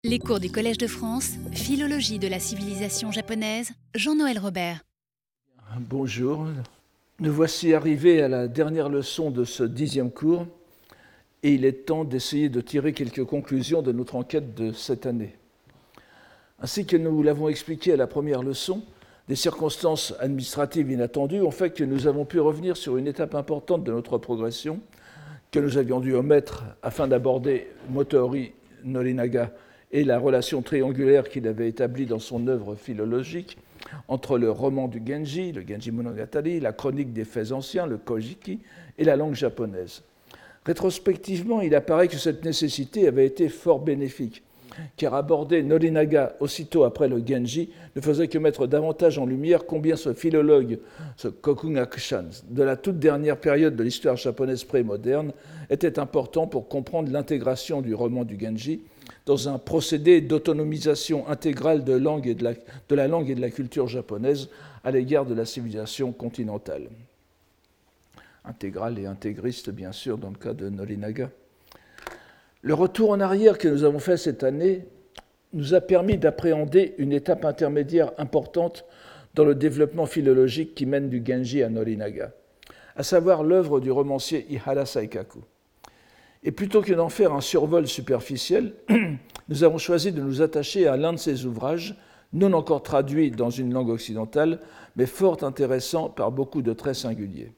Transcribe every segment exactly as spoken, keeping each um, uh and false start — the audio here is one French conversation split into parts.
Les cours du Collège de France, Philologie de la civilisation japonaise, Jean-Noël Robert. Bonjour, nous voici arrivés à la dernière leçon de ce dixième cours et il est temps d'essayer de tirer quelques conclusions de notre enquête de cette année. Ainsi que nous l'avons expliqué à la première leçon, des circonstances administratives inattendues ont fait que nous avons pu revenir sur une étape importante de notre progression que nous avions dû omettre afin d'aborder Motoori Norinaga et la relation triangulaire qu'il avait établie dans son œuvre philologique entre le roman du Genji, le Genji Monogatari, la chronique des faits anciens, le Kojiki, et la langue japonaise. Rétrospectivement, il apparaît que cette nécessité avait été fort bénéfique, car aborder Norinaga aussitôt après le Genji ne faisait que mettre davantage en lumière combien ce philologue, ce Kokugakushan, de la toute dernière période de l'histoire japonaise pré-moderne, était important pour comprendre l'intégration du roman du Genji dans un procédé d'autonomisation intégrale de, langue et de, la, de la langue et de la culture japonaise à l'égard de la civilisation continentale. Intégrale et intégriste, bien sûr, dans le cas de Norinaga. Le retour en arrière que nous avons fait cette année nous a permis d'appréhender une étape intermédiaire importante dans le développement philologique qui mène du Genji à Norinaga, à savoir l'œuvre du romancier Ihara Saikaku. Et plutôt que d'en faire un survol superficiel, nous avons choisi de nous attacher à l'un de ses ouvrages, non encore traduit dans une langue occidentale, mais fort intéressant par beaucoup de traits singuliers.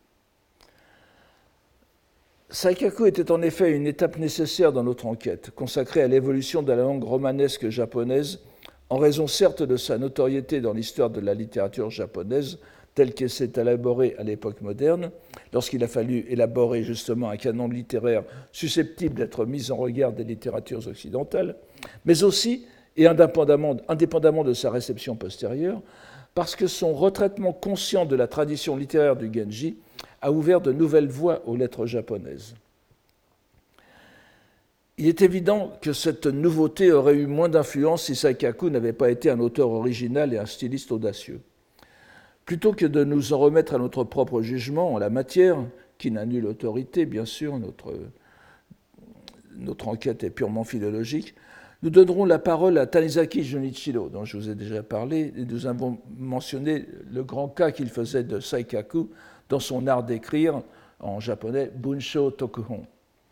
Saikaku était en effet une étape nécessaire dans notre enquête, consacrée à l'évolution de la langue romanesque japonaise, en raison certes de sa notoriété dans l'histoire de la littérature japonaise, telle qu'elle s'est élaborée à l'époque moderne, lorsqu'il a fallu élaborer justement un canon littéraire susceptible d'être mis en regard des littératures occidentales, mais aussi, et indépendamment, indépendamment de sa réception postérieure, parce que son retraitement conscient de la tradition littéraire du Genji a ouvert de nouvelles voies aux lettres japonaises. Il est évident que cette nouveauté aurait eu moins d'influence si Saikaku n'avait pas été un auteur original et un styliste audacieux. Plutôt que de nous en remettre à notre propre jugement en la matière, qui n'a nulle autorité, bien sûr, notre, notre enquête est purement philologique, nous donnerons la parole à Tanizaki Junichiro, dont je vous ai déjà parlé, et nous avons mentionné le grand cas qu'il faisait de Saikaku dans son art d'écrire, en japonais, Bunsho Tokuhon.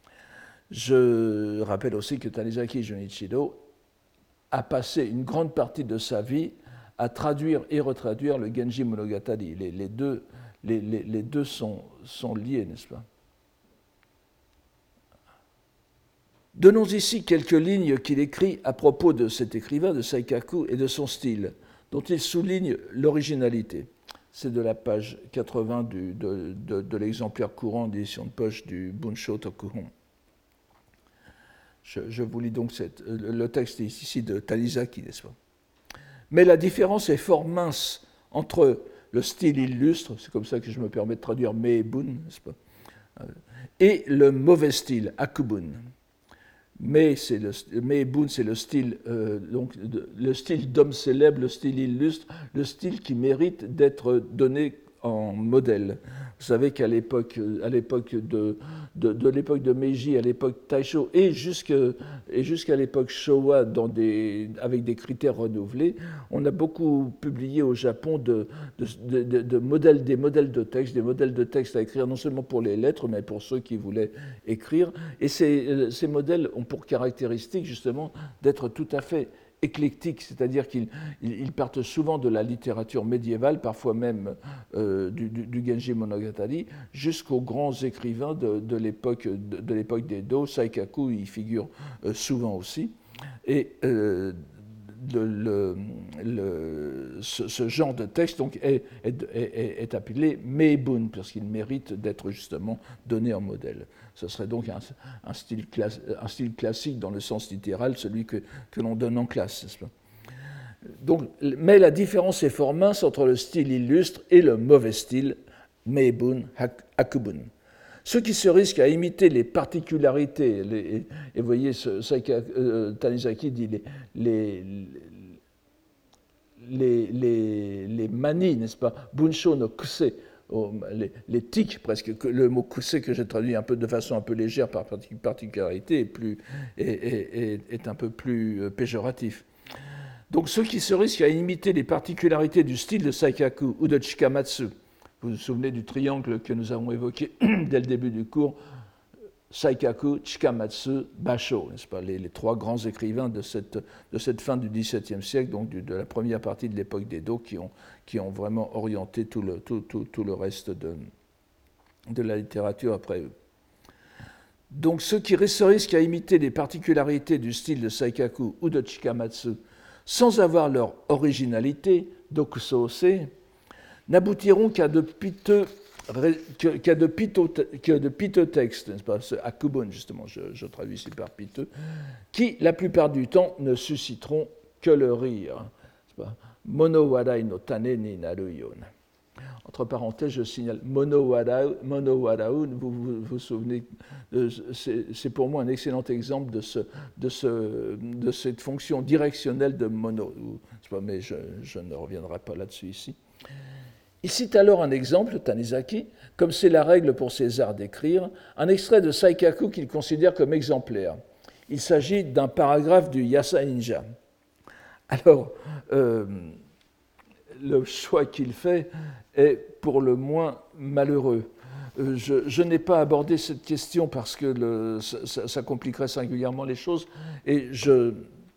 Je rappelle aussi que Tanizaki Junichiro a passé une grande partie de sa vie à traduire et retraduire le Genji Monogatari. Les, les deux, les, les, les deux sont, sont liés, n'est-ce pas? Donnons ici quelques lignes qu'il écrit à propos de cet écrivain, de Saikaku, et de son style, dont il souligne l'originalité. C'est de la page quatre-vingts du, de, de, de l'exemplaire courant d'édition de poche du Bunsho Tokuhon. Je, je vous lis donc cette, le texte ici de Tanizaki, n'est-ce pas? Mais la différence est fort mince entre le style illustre, c'est comme ça que je me permets de traduire Meibun, n'est-ce pas, et le mauvais style, Akubun. Mais c'est le, Meibun, c'est le style, euh, donc, le style d'homme célèbre, le style illustre, le style qui mérite d'être donné en modèle. Vous savez qu'à l'époque, à l'époque de, de, de l'époque de Meiji, à l'époque Taisho et, jusque, et jusqu'à l'époque Showa, dans des, avec des critères renouvelés, on a beaucoup publié au Japon de, de, de, de modèles, des modèles de texte, des modèles de texte à écrire non seulement pour les lettres, mais pour ceux qui voulaient écrire. Et ces, ces modèles ont pour caractéristique justement d'être tout à fait éclectiques, c'est-à-dire qu'ils ils partent souvent de la littérature médiévale, parfois même euh, du, du, du Genji Monogatari, jusqu'aux grands écrivains de, de, l'époque, de, de l'époque d'Edo. Saikaku y figure euh, souvent aussi. Et euh, le, le, le, ce, ce genre de texte donc, est, est, est, est appelé Meibun, parce qu'il mérite d'être justement donné en modèle. Ce serait donc un, un, style, class, un style classique dans le sens littéral, celui que, que l'on donne en classe, n'est-ce pas? Donc, mais la différence est fort mince entre le style illustre et le mauvais style, Meibun, Akubun. Ceux qui se risquent à imiter les particularités, les, et, et vous voyez, ce, ce, euh, Tanizaki dit les, les, les, les, les manies, n'est-ce pas, Bunsho no kuse, aux, les, les tics presque. Que le mot kusé que j'ai traduit un peu de façon un peu légère par particularité est, plus, est, est, est, est un peu plus péjoratif. Donc ceux qui se risquent à imiter les particularités du style de Saikaku ou de Chikamatsu, vous vous souvenez du triangle que nous avons évoqué dès le début du cours, Saikaku, Chikamatsu, Basho, n'est-ce pas, les, les trois grands écrivains de cette, de cette fin du dix-septième siècle, donc du, de la première partie de l'époque d'Edo, qui ont, qui ont vraiment orienté tout le, tout, tout, tout le reste de, de la littérature après eux. Donc ceux qui se risquent à imiter les particularités du style de Saikaku ou de Chikamatsu sans avoir leur originalité, Dokusose, n'aboutiront qu'à de piteux qu'il y a de piteux, de piteux textes, n'est-ce pas, akubon justement, je, je traduis ici par piteux, qui la plupart du temps ne susciteront que le rire. Mono warai no tane ni naru yona. Entre parenthèses, je signale mono warau, mono warau, vous, vous vous souvenez, c'est pour moi un excellent exemple de, ce, de, ce, de cette fonction directionnelle de mono, mais je, je ne reviendrai pas là-dessus ici. Il cite alors un exemple, Tanizaki, comme c'est la règle pour ses arts d'écrire, un extrait de Saikaku qu'il considère comme exemplaire. Il s'agit d'un paragraphe du Yasa Ninja. Alors, euh, le choix qu'il fait est pour le moins malheureux. Euh, je, je n'ai pas abordé cette question parce que le, ça, ça compliquerait singulièrement les choses, et je...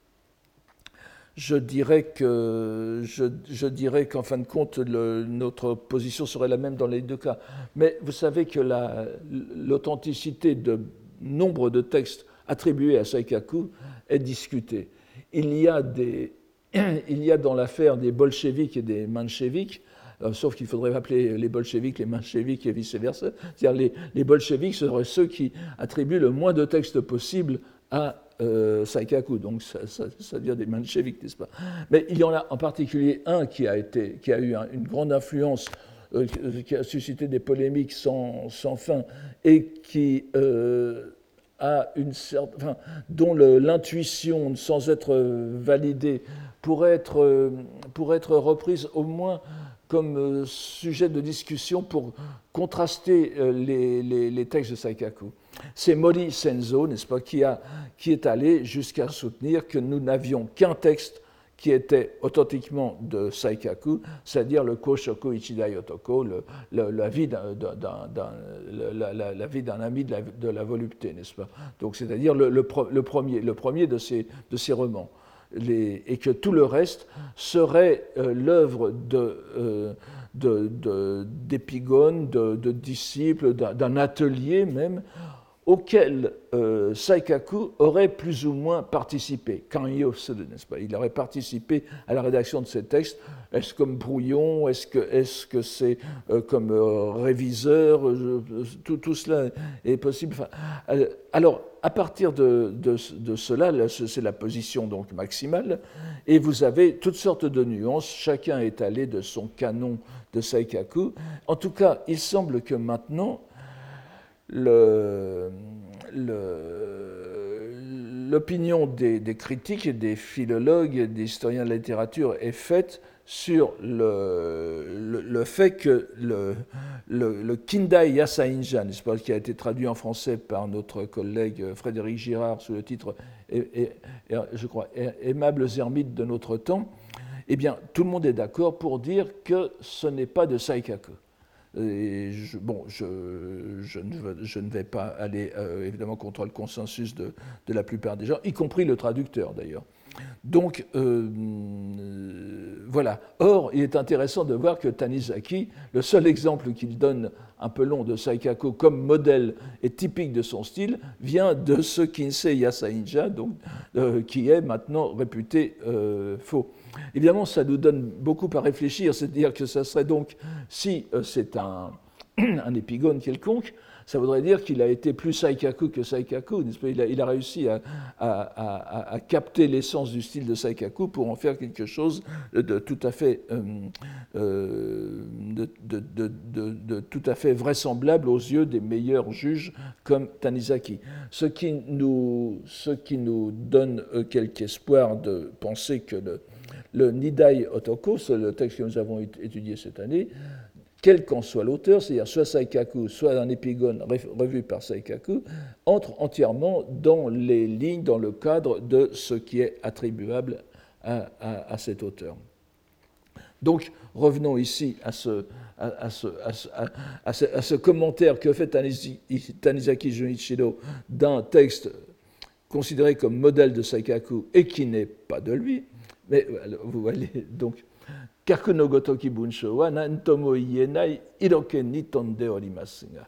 Je dirais, que, je, je dirais qu'en fin de compte, le, notre position serait la même dans les deux cas. Mais vous savez que l'authenticité de nombre de textes attribués à Saikaku est discutée. Il y a, des, il y a dans l'affaire des bolcheviks et des mencheviks, euh, sauf qu'il faudrait appeler les bolcheviks les mencheviks et vice-versa. C'est-à-dire les, les bolcheviks seraient ceux qui attribuent le moins de textes possible à Euh, Saikaku, donc ça, ça, ça devient des mencheviks, n'est-ce pas? Mais il y en a en particulier un qui a, été, qui a eu un, une grande influence, euh, qui a suscité des polémiques sans, sans fin, et qui euh, a une certaine, enfin, dont l'intuition, sans être validée, pourrait être, euh, pourrait être reprise au moins comme euh, sujet de discussion pour contraster euh, les, les, les textes de Saikaku. C'est Mori Senzo, n'est-ce pas, qui, a, qui est allé jusqu'à soutenir que nous n'avions qu'un texte qui était authentiquement de Saikaku, c'est-à-dire le Koshoku Ichidai Otoko, le, le, la vie d'un ami de la, de la volupté, n'est-ce pas? Donc, c'est-à-dire le, le, le, premier, le premier de ces, de ces romans. Les, et que tout le reste serait euh, l'œuvre de, euh, de, de, d'épigones, de, de disciples, d'un atelier même, auquel euh, Saikaku aurait plus ou moins participé. Kanyo, n'est-ce pas? Il aurait participé à la rédaction de ces textes. Est-ce comme brouillon? Est-ce que est-ce que c'est euh, comme euh, réviseur? euh, tout, tout cela est possible. Enfin, euh, alors, à partir de, de, de cela, c'est la position donc maximale, et vous avez toutes sortes de nuances. Chacun est allé de son canon de Saikaku. En tout cas, il semble que maintenant, Le, le, l'opinion des, des critiques et des philologues et des historiens de la littérature est faite sur le, le, le fait que le, le, le Kindai Yasainja, n'est-ce pas, qui a été traduit en français par notre collègue Frédéric Girard sous le titre, et, et, et, je crois, Aimables ermites de notre temps, eh bien, tout le monde est d'accord pour dire que ce n'est pas de Saikaku. Et je, bon, je, je, ne veux, je ne vais pas aller euh, évidemment contre le consensus de, de la plupart des gens, y compris le traducteur d'ailleurs. Donc euh, voilà. Or, il est intéressant de voir que Tanizaki, le seul exemple qu'il donne un peu long de Saikaku comme modèle et typique de son style, vient de ce Kinsei Yasainja, donc, euh, qui est maintenant réputé euh, faux. Évidemment, ça nous donne beaucoup à réfléchir, c'est-à-dire que ça serait donc, si euh, c'est un, un épigone quelconque, ça voudrait dire qu'il a été plus Saikaku que Saikaku, n'est-ce pas? Il a, il a réussi à, à, à, à capter l'essence du style de Saikaku pour en faire quelque chose de tout à fait, euh, euh, de, de, de, de, de tout à fait vraisemblable aux yeux des meilleurs juges comme Tanizaki. Ce qui nous, ce qui nous donne quelque espoir de penser que le, le Nidai Otoko, c'est le texte que nous avons étudié cette année, quel qu'en soit l'auteur, c'est-à-dire soit Saikaku, soit un épigone revu par Saikaku, entre entièrement dans les lignes, dans le cadre de ce qui est attribuable à, à, à cet auteur. Donc, revenons ici à ce, à, à ce, à ce, à ce, à ce commentaire que fait Tanizaki Junichiro d'un texte considéré comme modèle de Saikaku et qui n'est pas de lui. Mais vous voyez, donc, Kaku no gotoki bunsho wa nantomo ienai iroke ni tonde orimasu ga.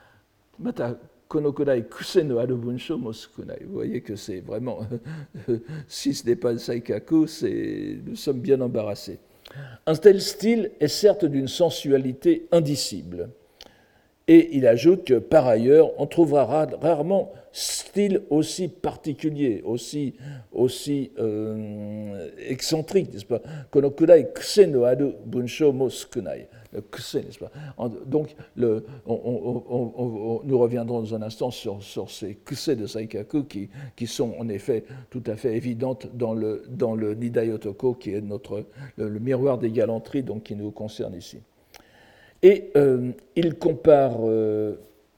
Mata kono kurai kuse no aru bunsho mo sukunai. Vous voyez que c'est vraiment, si ce n'est pas le Saikaku, c'est, nous sommes bien embarrassés. Un tel style est certes d'une sensualité indicible. Et il ajoute que, par ailleurs, on trouvera rarement style aussi particulier, aussi, aussi euh, excentrique, n'est-ce pas? Konokurai kuse no aru bunsho mo sukunai. Le kuse, n'est-ce pas? Donc, le, on, on, on, on, nous reviendrons dans un instant sur, sur ces kuse de Saikaku qui, qui sont en effet tout à fait évidentes dans le, dans le Nidai Otoko, qui est notre, le, le miroir des galanteries, donc qui nous concerne ici. Et euh, il compare, euh,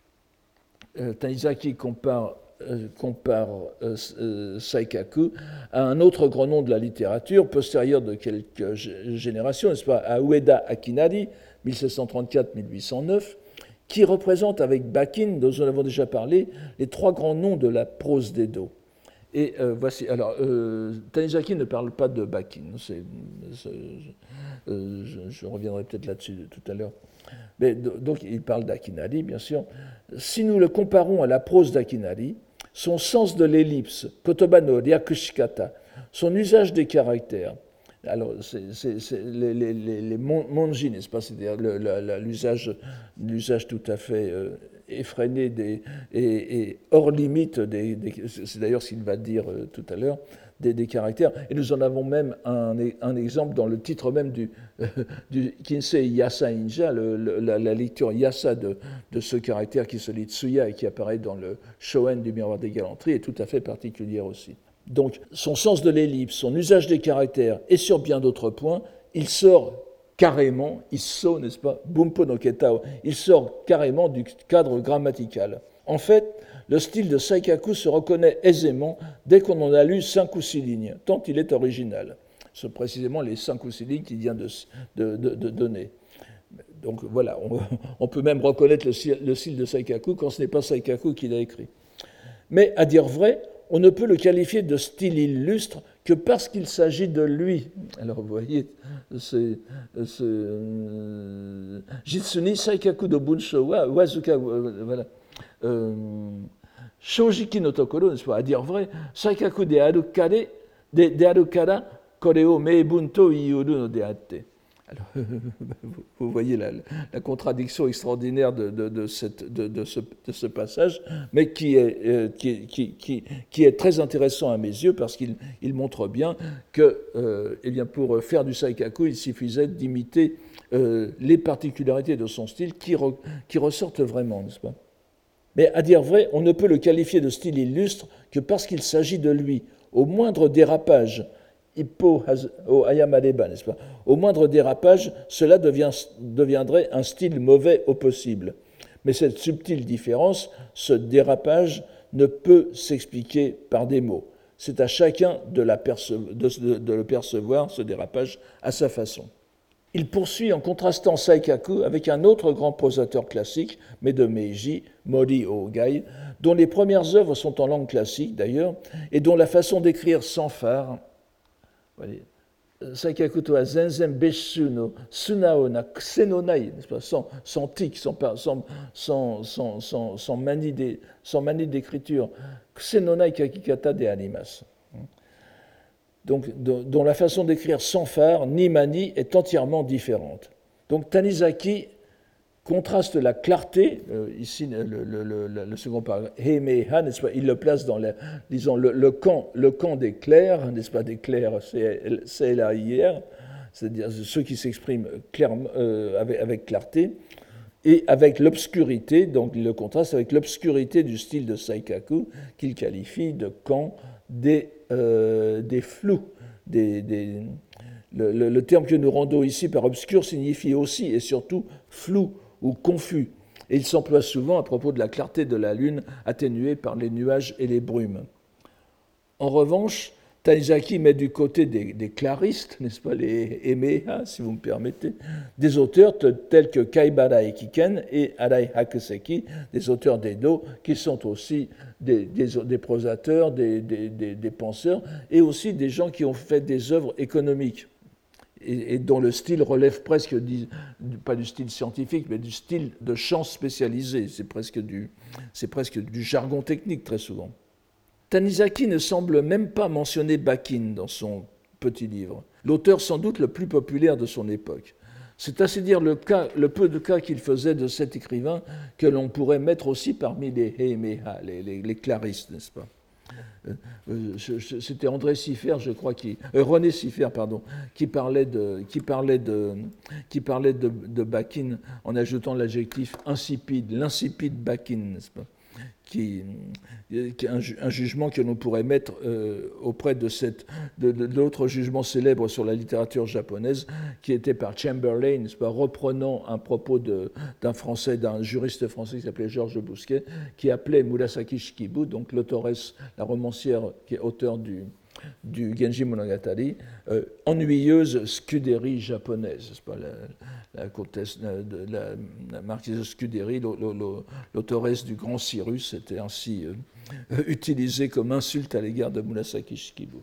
euh, Tanizaki compare, euh, compare euh, euh, Saikaku à un autre grand nom de la littérature, postérieur de quelques générations, n'est-ce pas, à Ueda Akinari, mille sept cent trente-quatre à mille huit cent neuf, qui représente avec Bakin, dont nous avons déjà parlé, les trois grands noms de la prose d'Edo. Et euh, voici, alors, euh, Tanizaki ne parle pas de Bakin, c'est, c'est, euh, je, je reviendrai peut-être là-dessus tout à l'heure. Mais, donc il parle d'Akinari, bien sûr. Si nous le comparons à la prose d'Akinari, son sens de l'ellipse, kotoba no ryakushikata, son usage des caractères, alors c'est, c'est, c'est les, les, les, les monji, n'est-ce pas, c'est-à-dire le, la, la, l'usage, l'usage tout à fait euh, effréné des, et, et hors limite, des, des, c'est d'ailleurs ce qu'il va dire euh, tout à l'heure, Des, des caractères. Et nous en avons même un, un exemple dans le titre même du, euh, du Kinsei Yasa Inja, le, le, la, la lecture Yasa de, de ce caractère qui se lit Tsuya et qui apparaît dans le Shoen du miroir des galanteries est tout à fait particulière aussi. Donc, son sens de l'ellipse, son usage des caractères et sur bien d'autres points, il sort carrément, il sort, n'est-ce pas, Bumpo no Ketao, il sort carrément du cadre grammatical. En fait, le style de Saikaku se reconnaît aisément dès qu'on en a lu cinq ou six lignes, tant il est original. C'est précisément les cinq ou six lignes qu'il vient de, de, de, de donner. Donc voilà, on, on peut même reconnaître le, le style de Saikaku quand ce n'est pas Saikaku qui l'a écrit. Mais à dire vrai, on ne peut le qualifier de style illustre que parce qu'il s'agit de lui. Alors vous voyez, c'est... c'est euh, Jitsuni Saikaku do Bunsho wa Wazuka, voilà. Euh, Shojiki no tokoro, n'est-ce pas, à dire vrai, Saikaku de aru kare, de, de aru kara, kore o meibun to iuru no de atte. Alors, vous voyez la, la contradiction extraordinaire de, de, de, cette, de, de, ce, de ce passage, mais qui est, euh, qui, qui, qui, qui est très intéressant à mes yeux parce qu'il il montre bien que, euh, eh bien, pour faire du Saikaku, il suffisait d'imiter euh, les particularités de son style qui, re, qui ressortent vraiment, n'est-ce pas? Mais à dire vrai, on ne peut le qualifier de style illustre que parce qu'il s'agit de lui. Au moindre dérapage, Ippo o ayamareba, n'est-ce pas? Au moindre dérapage, cela devient, deviendrait un style mauvais au possible. Mais cette subtile différence, ce dérapage, ne peut s'expliquer par des mots. C'est à chacun de, la perce- de, de, de le percevoir, ce dérapage, à sa façon. Il poursuit en contrastant Saikaku avec un autre grand prosateur classique, mais de Meiji, Mori Ogai, dont les premières œuvres sont en langue classique d'ailleurs, et dont la façon d'écrire sans phare, Saikaku to wa zenzen beshu no sunao na kuse no nai, sans, sans tic, sans, sans, sans, sans, sans, sans manie des, sans manie d'écriture, kuse no nai kakikata de animas. Donc, dont la façon d'écrire sans phare ni manie est entièrement différente. Donc Tanizaki contraste la clarté, euh, ici le, le, le, le second paragraphe, Heimeha, n'est-ce pas, il le place dans le, disons, le, le, camp, le camp des clercs, n'est-ce pas, des clercs, c'est là hier, c'est-à-dire ceux qui s'expriment clairement, euh, avec, avec clarté, et avec l'obscurité, donc le contraste avec l'obscurité du style de Saikaku, qu'il qualifie de camp des, euh, des flous, des, des, Le, le, le terme que nous rendons ici par obscur signifie aussi et surtout flou ou confus, et il s'emploie souvent à propos de la clarté de la lune atténuée par les nuages et les brumes. En revanche, Tanizaki met du côté des, des claristes, n'est-ce pas, les Emeha, si vous me permettez, des auteurs tels que Kaibara Ekiken et Arai Hakuseki, des auteurs d'Edo, qui sont aussi des, des, des prosateurs, des, des, des, des penseurs, et aussi des gens qui ont fait des œuvres économiques, et, et dont le style relève presque, pas du style scientifique, mais du style de chant spécialisé. C'est presque du, c'est presque du jargon technique, très souvent. Tanizaki ne semble même pas mentionner Bakin dans son petit livre, l'auteur sans doute le plus populaire de son époque. C'est assez dire le, cas, le peu de cas qu'il faisait de cet écrivain que l'on pourrait mettre aussi parmi les Heimeha, les, les, les claristes, n'est-ce pas? euh, C'était André Siffert, je crois, qui, euh, René Siffert, pardon, qui parlait de, qui parlait de, qui parlait de, de Bakin en ajoutant l'adjectif insipide, l'insipide Bakin, n'est-ce pas? Qui, qui un, un jugement que l'on pourrait mettre euh, auprès de, cette, de, de, de l'autre jugement célèbre sur la littérature japonaise, qui était par Chamberlain, pas, reprenant un propos de, d'un français, d'un juriste français qui s'appelait Georges Bousquet, qui appelait Murasaki Shikibu, donc l'autoresse, la romancière qui est auteur du, du Genji Monogatari, euh, ennuyeuse scudérie japonaise, c'est pas la, la comtesse, la, la, la marquise de Scudéry, l'autoresse du Grand Cyrus, était ainsi euh, utilisée comme insulte à l'égard de Murasaki Shikibu.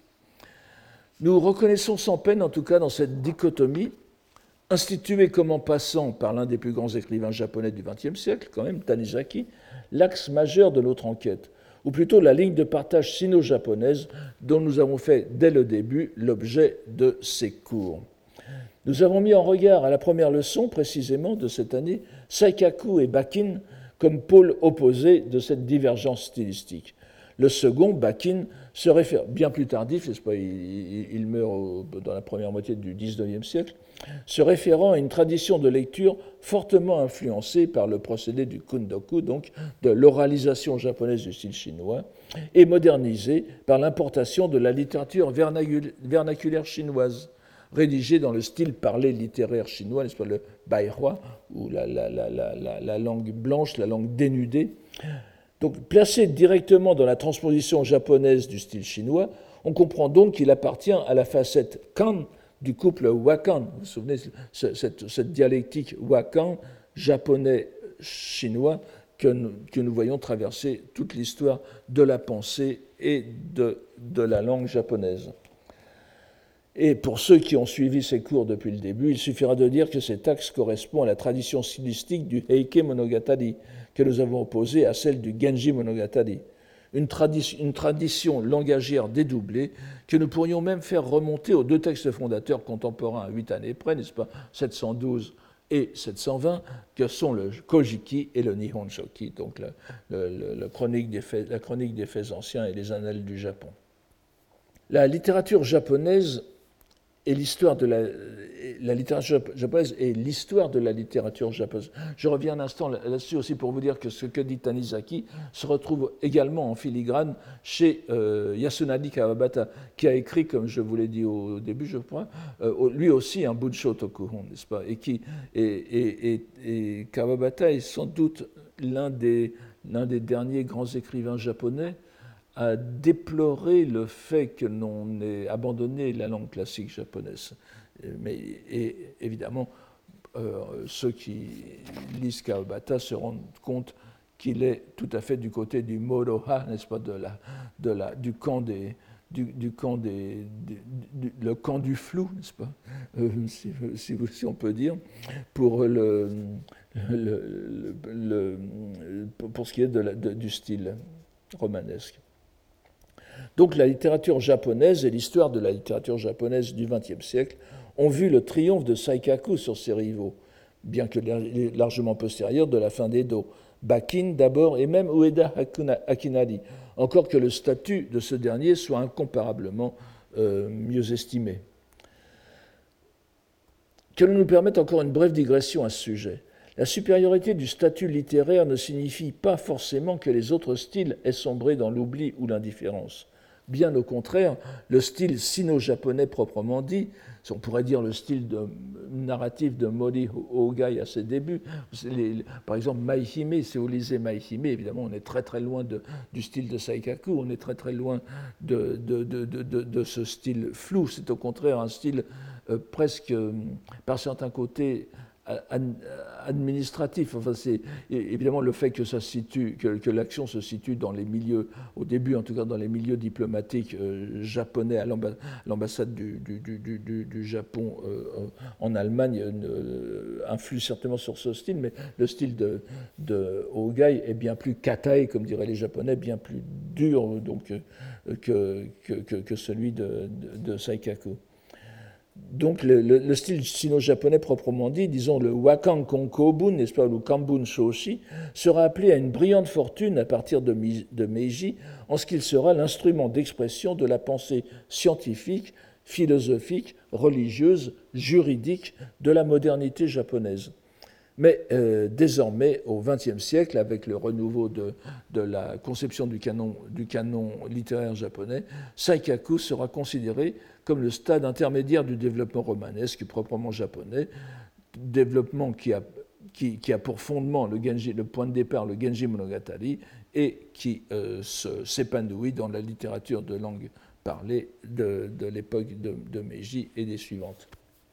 Nous reconnaissons sans peine, en tout cas dans cette dichotomie, instituée comme en passant par l'un des plus grands écrivains japonais du vingtième siècle, quand même, Tanizaki, l'axe majeur de notre enquête, ou plutôt la ligne de partage sino-japonaise dont nous avons fait dès le début l'objet de ces cours. Nous avons mis en regard à la première leçon, précisément, de cette année, Saikaku et Bakin comme pôles opposés de cette divergence stylistique. Le second, Bakin, se réfère, bien plus tardif, n'est-ce pas, il, il meurt au, dans la première moitié du dix-neuvième siècle, se référant à une tradition de lecture fortement influencée par le procédé du kundoku, donc de l'oralisation japonaise du style chinois, et modernisée par l'importation de la littérature vernaculaire chinoise, rédigée dans le style parlé littéraire chinois, n'est-ce pas, le baihua, ou la, la, la, la, la langue blanche, la langue dénudée. Donc, placé directement dans la transposition japonaise du style chinois, on comprend donc qu'il appartient à la facette kan du couple wakan. Vous vous souvenez, cette, cette dialectique wakan, japonais-chinois, que nous, que nous voyons traverser toute l'histoire de la pensée et de, de la langue japonaise. Et pour ceux qui ont suivi ces cours depuis le début, il suffira de dire que cet axe correspond à la tradition stylistique du Heike Monogatari, que nous avons opposée à celle du Genji Monogatari. Une, tradi- une tradition langagière dédoublée que nous pourrions même faire remonter aux deux textes fondateurs contemporains à huit années près, n'est-ce pas, sept cent douze et sept cent vingt, que sont le Kojiki et le Nihon Shoki, donc la, le, le, le chronique des faits, la chronique des faits anciens et les annales du Japon. La littérature japonaise et l'histoire de la, la littérature japonaise et l'histoire de la littérature japonaise. Je reviens un instant là-dessus aussi pour vous dire que ce que dit Tanizaki se retrouve également en filigrane chez euh, Yasunari Kawabata, qui a écrit, comme je vous l'ai dit au début, je crois, euh, lui aussi un Bunsho Tokuhon, n'est-ce pas, et, qui, et, et, et, et Kawabata est sans doute l'un des, l'un des derniers grands écrivains japonais à déplorer le fait que l'on ait abandonné la langue classique japonaise. Mais et, évidemment, euh, ceux qui lisent Kawabata se rendent compte qu'il est tout à fait du côté du Moroha, n'est-ce pas, de la, de la, du camp des, du, du camp des, du, du, le camp du flou, n'est-ce pas, euh, si, si, si on peut dire, pour le, le, le, le pour ce qui est de la, de, du style romanesque. Donc la littérature japonaise et l'histoire de la littérature japonaise du vingtième siècle ont vu le triomphe de Saikaku sur ses rivaux, bien que largement postérieur de la fin d'Edo. Bakin d'abord et même Ueda Akinari, encore que le statut de ce dernier soit incomparablement euh, mieux estimé. Que l'on nous permette encore une brève digression à ce sujet. La supériorité du statut littéraire ne signifie pas forcément que les autres styles aient sombré dans l'oubli ou l'indifférence. Bien au contraire, le style sino-japonais proprement dit, on pourrait dire le style de, narratif de Mori Ogai à ses débuts. Les, par exemple, Maihime, si vous lisez Maihime, évidemment, on est très très loin de, du style de Saikaku, on est très très loin de, de, de, de, de, de ce style flou. C'est au contraire un style euh, presque, euh, par certains côtés, administratif. Enfin, c'est évidemment le fait que ça se situe, que, que l'action se situe dans les milieux, au début en tout cas dans les milieux diplomatiques euh, japonais à l'ambassade du, du, du, du, du Japon euh, en Allemagne euh, influe certainement sur ce style, mais le style de, de Ogai est bien plus katae, comme diraient les Japonais, bien plus dur donc, euh, que, que, que celui de, de, de Saikaku. Donc le, le, le style sino-japonais proprement dit, disons le Wakan Konkobun, n'est-ce pas, ou Kambun Shoshi, sera appelé à une brillante fortune à partir de, de Meiji, en ce qu'il sera l'instrument d'expression de la pensée scientifique, philosophique, religieuse, juridique de la modernité japonaise. Mais euh, désormais, au vingtième siècle, avec le renouveau de, de la conception du canon, du canon littéraire japonais, Saikaku sera considéré comme le stade intermédiaire du développement romanesque proprement japonais, développement qui a, qui, qui a pour fondement le, Genji, le point de départ, le Genji Monogatari, et qui euh, se, s'épanouit dans la littérature de langue parlée de, de l'époque de, de Meiji et des suivantes.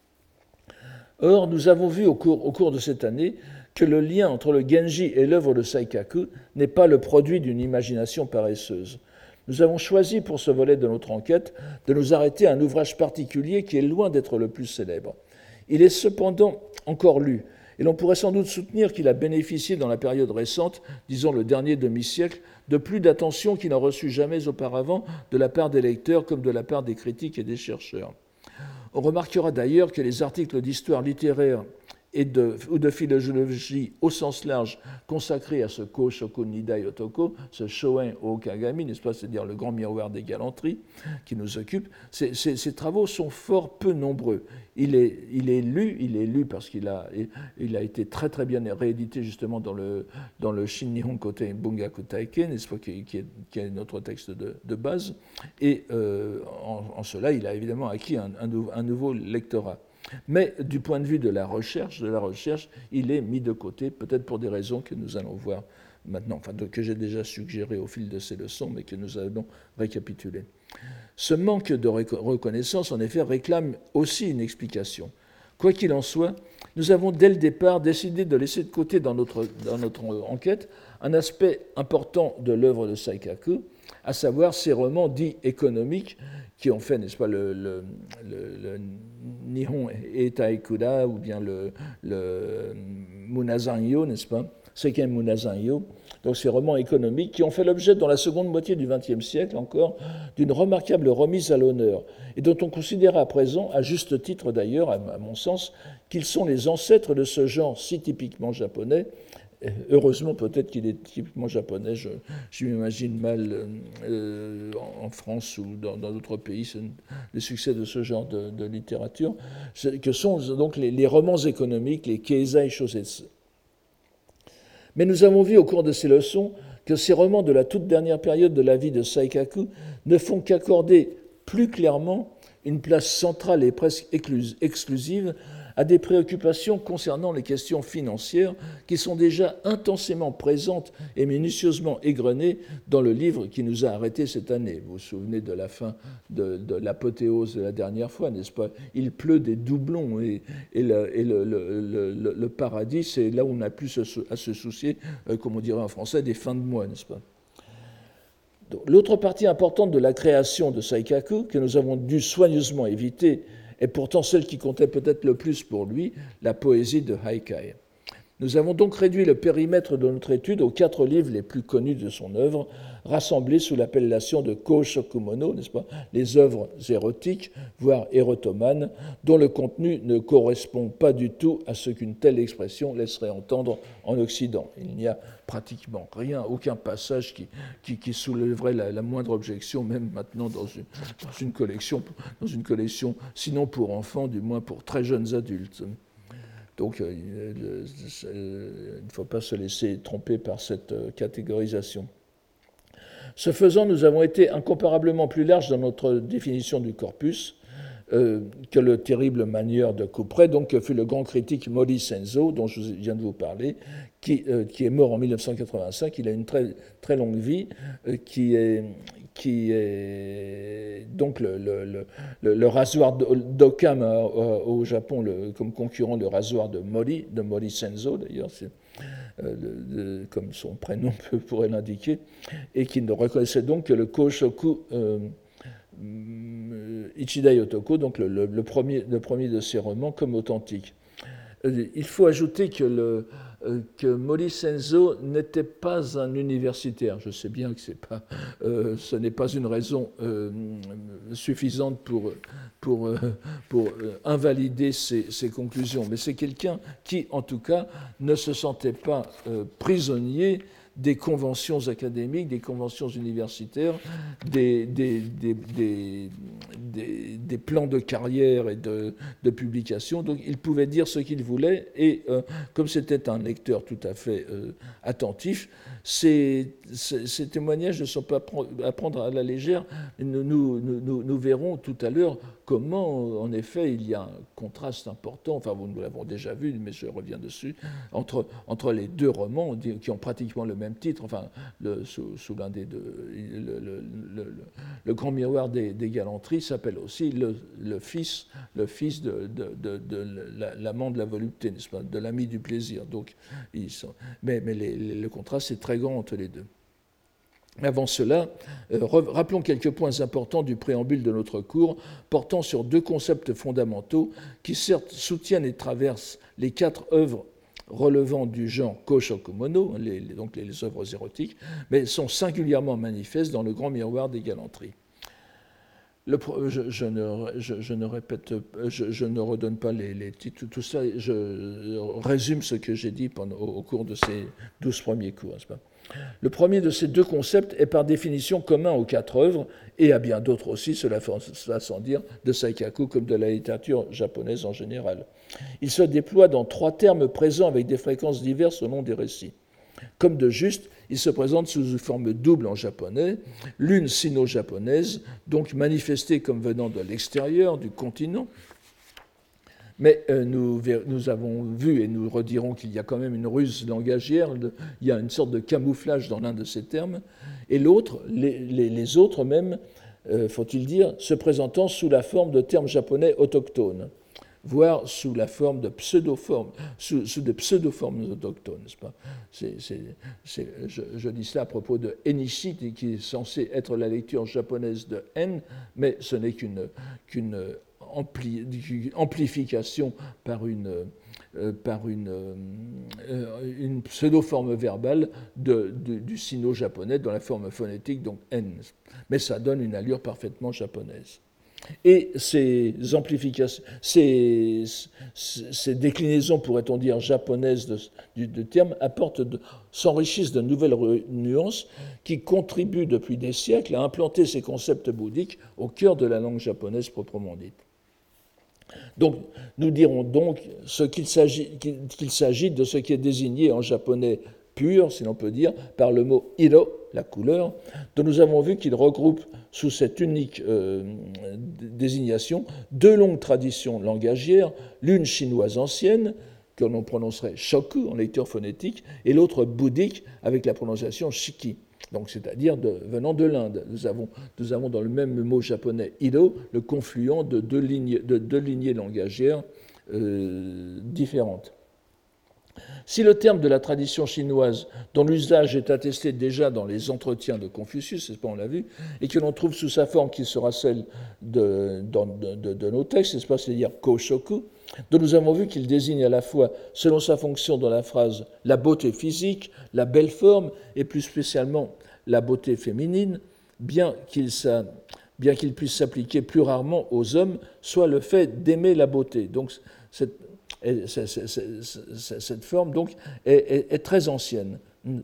Or, nous avons vu au cours, au cours de cette année que le lien entre le Genji et l'œuvre de Saikaku n'est pas le produit d'une imagination paresseuse. Nous avons choisi pour ce volet de notre enquête de nous arrêter à un ouvrage particulier qui est loin d'être le plus célèbre. Il est cependant encore lu, et l'on pourrait sans doute soutenir qu'il a bénéficié dans la période récente, disons le dernier demi-siècle, de plus d'attention qu'il n'en reçut jamais auparavant de la part des lecteurs comme de la part des critiques et des chercheurs. On remarquera d'ailleurs que les articles d'histoire littéraire et de, ou de philologie au sens large consacrés à ce Koshoku Nidai Otoko, ce Shoen Okagami, n'est-ce pas, c'est-à-dire le grand miroir des galanteries qui nous occupe, ces, ces, ces travaux sont fort peu nombreux. Il est, il est lu, il est lu parce qu'il a, il a été très très bien réédité justement dans le, dans le Shin Nihon Kotei Bungaku Taike, n'est-ce pas, qui, qui, est, qui est notre texte de, de base, et euh, en, en cela, il a évidemment acquis un, un, un nouveau lectorat. Mais du point de vue de la recherche, de la recherche, il est mis de côté, peut-être pour des raisons que nous allons voir maintenant, enfin de, que j'ai déjà suggérées au fil de ces leçons, mais que nous allons récapituler. Ce manque de reconnaissance, en effet, réclame aussi une explication. Quoi qu'il en soit, nous avons dès le départ décidé de laisser de côté dans notre, dans notre enquête un aspect important de l'œuvre de Saikaku, à savoir ses romans dits économiques, qui ont fait, n'est-ce pas, le, le, le, le Nihon Etaikura, ou bien le, le Munazanyo, n'est-ce pas, Seiken Munazanyo, donc ces romans économiques qui ont fait l'objet dans la seconde moitié du vingtième siècle encore d'une remarquable remise à l'honneur, et dont on considère à présent, à juste titre d'ailleurs, à mon sens, qu'ils sont les ancêtres de ce genre si typiquement japonais. Heureusement, peut-être qu'il est typiquement japonais, je, je m'imagine mal euh, en France ou dans, dans d'autres pays, c'est le succès de ce genre de, de littérature, que sont donc les, les romans économiques, les keizai shosetsu. Mais nous avons vu au cours de ces leçons que ces romans de la toute dernière période de la vie de Saikaku ne font qu'accorder plus clairement une place centrale et presque exclusive à des préoccupations concernant les questions financières qui sont déjà intensément présentes et minutieusement égrenées dans le livre qui nous a arrêtés cette année. Vous vous souvenez de la fin de, de l'apothéose de la dernière fois, n'est-ce pas? Il pleut des doublons et, et, le, et le, le, le, le paradis, c'est là où on n'a plus à se soucier, euh, comme on dirait en français, des fins de mois, n'est-ce pas? L'autre partie importante de la création de Saikaku, que nous avons dû soigneusement éviter, est pourtant celle qui comptait peut-être le plus pour lui, la poésie de Haikai. Nous avons donc réduit le périmètre de notre étude aux quatre livres les plus connus de son œuvre, rassemblés sous l'appellation de Koshokumono, n'est-ce pas, les œuvres érotiques, voire érotomanes, dont le contenu ne correspond pas du tout à ce qu'une telle expression laisserait entendre en Occident. Il n'y a pratiquement rien, aucun passage qui, qui, qui soulèverait la, la moindre objection, même maintenant dans une, dans une collection, dans une collection, sinon pour enfants, du moins pour très jeunes adultes. Donc, euh, il ne faut pas se laisser tromper par cette euh, catégorisation. Ce faisant, nous avons été incomparablement plus larges dans notre définition du corpus euh, que le terrible manieur de Couperay, donc que fut le grand critique Maurice Enzo, dont je viens de vous parler, qui, euh, qui est mort en mille neuf cent quatre-vingt-cinq. Il a une très, très longue vie, euh, qui est... qui est donc le, le, le, le rasoir d'Occam au Japon, le, comme concurrent le rasoir de Mori, de Mori Senzo d'ailleurs, c'est, euh, le, comme son prénom pourrait l'indiquer, et qui ne reconnaissait donc que le Koshoku euh, Ichidai Otoko, donc le, le, le, premier, le premier de ses romans, comme authentique. Il faut ajouter que, le, que Mori Senzo n'était pas un universitaire. Je sais bien que c'est pas, euh, ce n'est pas une raison euh, suffisante pour, pour, euh, pour euh, invalider ses, ses conclusions, mais c'est quelqu'un qui, en tout cas, ne se sentait pas euh, prisonnier des conventions académiques, des conventions universitaires, des, des, des, des, des, des plans de carrière et de, de publication. Donc il pouvait dire ce qu'il voulait, et euh, comme c'était un lecteur tout à fait euh, attentif, ces, ces, ces témoignages ne sont pas à prendre à la légère. Nous, nous, nous, nous verrons tout à l'heure comment, en effet, il y a un contraste important, enfin nous l'avons déjà vu, mais je reviens dessus, entre, entre les deux romans qui ont pratiquement le même titre, enfin, le, sous, sous l'un des deux, le, le, le, le Grand Miroir des, des Galanteries s'appelle aussi le, le fils, le fils de, de, de, de l'amant de la volupté, n'est-ce pas, de l'ami du plaisir. Donc, ils sont, mais mais les, les, le contraste est très grand entre les deux. Avant cela, euh, rappelons quelques points importants du préambule de notre cours, portant sur deux concepts fondamentaux qui certes soutiennent et traversent les quatre œuvres relevant du genre Koshokumono, les, les, donc les, les œuvres érotiques, mais sont singulièrement manifestes dans le Grand Miroir des Galanteries. Le, je, je, ne, je, je ne répète, je, je ne redonne pas les, les titres, tout ça, je résume ce que j'ai dit pendant, au, au cours de ces douze premiers cours, n'est-ce pas ? Le premier de ces deux concepts est par définition commun aux quatre œuvres, et à bien d'autres aussi, cela va sans dire, de Saikaku comme de la littérature japonaise en général. Il se déploie dans trois termes présents avec des fréquences diverses au long des récits. Comme de juste, il se présente sous une forme double en japonais, l'une sino-japonaise, donc manifestée comme venant de l'extérieur, du continent, mais euh, nous, nous avons vu, et nous redirons qu'il y a quand même une ruse langagière, de, il y a une sorte de camouflage dans l'un de ces termes, et l'autre, les, les, les autres même, euh, faut-il dire, se présentant sous la forme de termes japonais autochtones, voire sous la forme de pseudoformes, sous, sous des pseudoformes autochtones, n'est-ce pas ? c'est, c'est, c'est, je, je dis cela à propos de Enishi, qui est censé être la lecture japonaise de En, mais ce n'est qu'une, qu'une ampli, amplification par une, euh, par une, euh, une pseudoforme verbale de, de, du sino-japonais dans la forme phonétique, donc En. Mais ça donne une allure parfaitement japonaise. Et ces amplifications, ces, ces déclinaisons, pourrait-on dire, japonaises de, de, de termes, apportent de, s'enrichissent de nouvelles nuances qui contribuent depuis des siècles à implanter ces concepts bouddhiques au cœur de la langue japonaise proprement dite. Donc, nous dirons donc ce qu'il s'agit, qu'il s'agit de ce qui est désigné en japonais pur, si l'on peut dire, par le mot iro, la couleur, dont nous avons vu qu'il regroupe sous cette unique euh, désignation deux longues traditions langagières, l'une chinoise ancienne, que l'on prononcerait shoku en lecture phonétique, et l'autre bouddhique avec la prononciation shiki, donc c'est-à-dire de, venant de l'Inde. Nous avons, nous avons dans le même mot japonais iro le confluent de deux lignées, de deux lignées langagières euh, différentes. Si le terme de la tradition chinoise, dont l'usage est attesté déjà dans les entretiens de Confucius, n'est-ce pas, on l'a vu, et que l'on trouve sous sa forme qui sera celle de, de, de, de nos textes, n'est-ce pas, c'est-à-dire Koshoku, dont nous avons vu qu'il désigne à la fois, selon sa fonction dans la phrase, la beauté physique, la belle forme, et plus spécialement la beauté féminine, bien qu'il, ça, bien qu'il puisse s'appliquer plus rarement aux hommes, soit le fait d'aimer la beauté. Donc, cette Et cette forme donc, est, est, est très ancienne.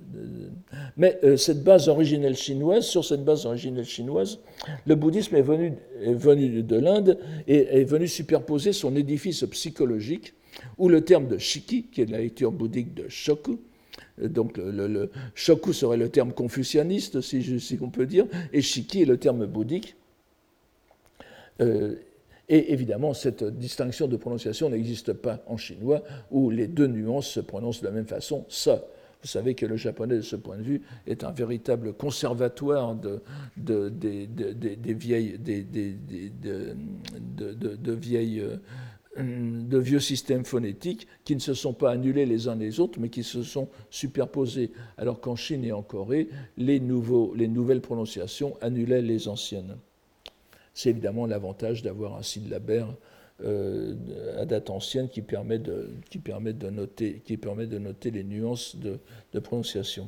Mais euh, cette base originelle chinoise, sur cette base originelle chinoise, le bouddhisme est venu, est venu de l'Inde et est venu superposer son édifice psychologique, où le terme de shiki, qui est la lecture bouddhique de shoku, Donc le, le, le shoku serait le terme confucianiste, si, je, si on peut dire, et shiki est le terme bouddhique. Euh, et évidemment, cette distinction de prononciation n'existe pas en chinois, où les deux nuances se prononcent de la même façon, ça. Vous savez que le japonais, de ce point de vue, est un véritable conservatoire de, de, de, de, de, des vieilles, des, des, de, de, de, de vieilles de vieux systèmes phonétiques qui ne se sont pas annulés les uns les autres, mais qui se sont superposés, alors qu'en Chine et en Corée, les, nouveaux, les nouvelles prononciations annulaient les anciennes. C'est évidemment l'avantage d'avoir un syllabaire euh, à date ancienne qui permet de, qui permet de, noter, qui permet de noter les nuances de, de prononciation.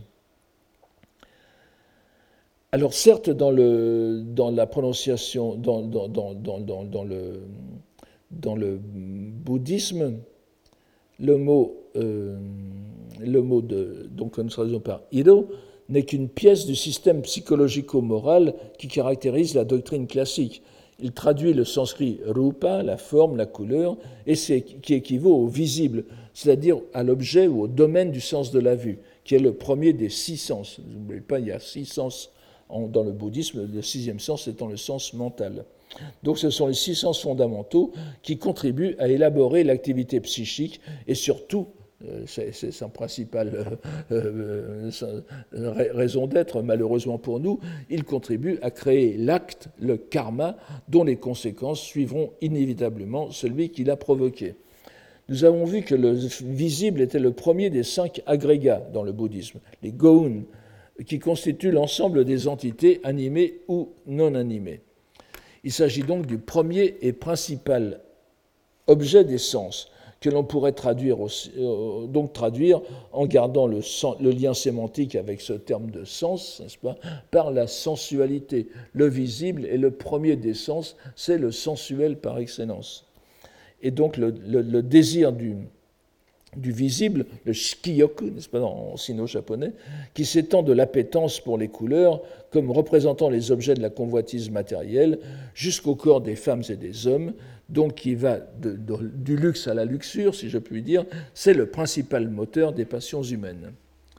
Alors certes, dans, le, dans la prononciation, dans, dans, dans, dans, dans, dans le... Dans le bouddhisme, le mot, euh, le mot de, donc nous traduisons par Ido, n'est qu'une pièce du système psychologico-moral qui caractérise la doctrine classique. Il traduit le sanskrit rupa, la forme, la couleur, et c'est qui équivaut au visible, c'est-à-dire à l'objet ou au domaine du sens de la vue, qui est le premier des six sens. N'oubliez pas, il y a six sens en, dans le bouddhisme, le sixième sens étant le sens mental. Donc ce sont les six sens fondamentaux qui contribuent à élaborer l'activité psychique et surtout, c'est, c'est sa principale euh, euh, raison d'être malheureusement pour nous, ils contribuent à créer l'acte, le karma, dont les conséquences suivront inévitablement celui qui l'a provoqué. Nous avons vu que le visible était le premier des cinq agrégats dans le bouddhisme, les goun, qui constituent l'ensemble des entités animées ou non animées. Il s'agit donc du premier et principal objet des sens que l'on pourrait traduire, aussi, euh, donc traduire en gardant le, le lien sémantique avec ce terme de sens, n'est-ce pas, par la sensualité. Le visible est le premier des sens, c'est le sensuel par excellence. Et donc le, le, le désir du, du visible, le shikiyoku, n'est-ce pas, en sino-japonais, qui s'étend de l'appétence pour les couleurs comme représentant les objets de la convoitise matérielle jusqu'au corps des femmes et des hommes, donc qui va de, de, du luxe à la luxure, si je puis dire, c'est le principal moteur des passions humaines.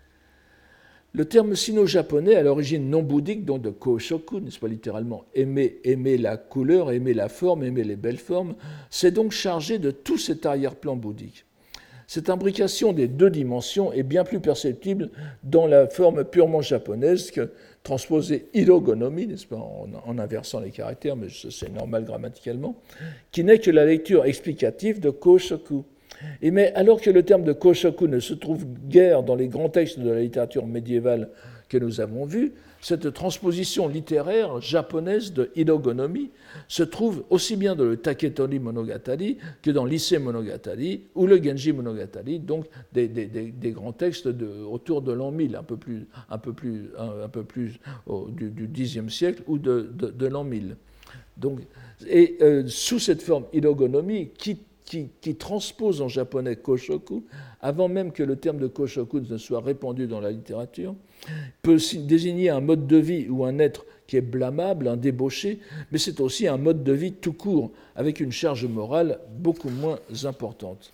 Le terme sino-japonais, à l'origine non bouddhique, donc de koshoku, n'est-ce pas, littéralement aimer, aimer la couleur, aimer la forme, aimer les belles formes, s'est donc chargé de tout cet arrière-plan bouddhique. Cette imbrication des deux dimensions est bien plus perceptible dans la forme purement japonaise que transposée irogonomi, n'est-ce pas, en, en inversant les caractères, mais c'est normal grammaticalement, qui n'est que la lecture explicative de koshoku. Et mais alors que le terme de koshoku ne se trouve guère dans les grands textes de la littérature médiévale que nous avons vus, cette transposition littéraire japonaise de irogonomi se trouve aussi bien dans le Taketori Monogatari que dans l'Issei Monogatari ou le Genji Monogatari, donc des, des, des, des grands textes de, autour de l'an mille, un peu plus, un peu plus, un, un peu plus oh, du, du Xe siècle ou de, de, de l'an mille. Donc, et euh, sous cette forme irogonomi, qui Qui, qui transpose en japonais koshoku, avant même que le terme de koshoku ne soit répandu dans la littérature, peut désigner un mode de vie ou un être qui est blâmable, un débauché, mais c'est aussi un mode de vie tout court, avec une charge morale beaucoup moins importante.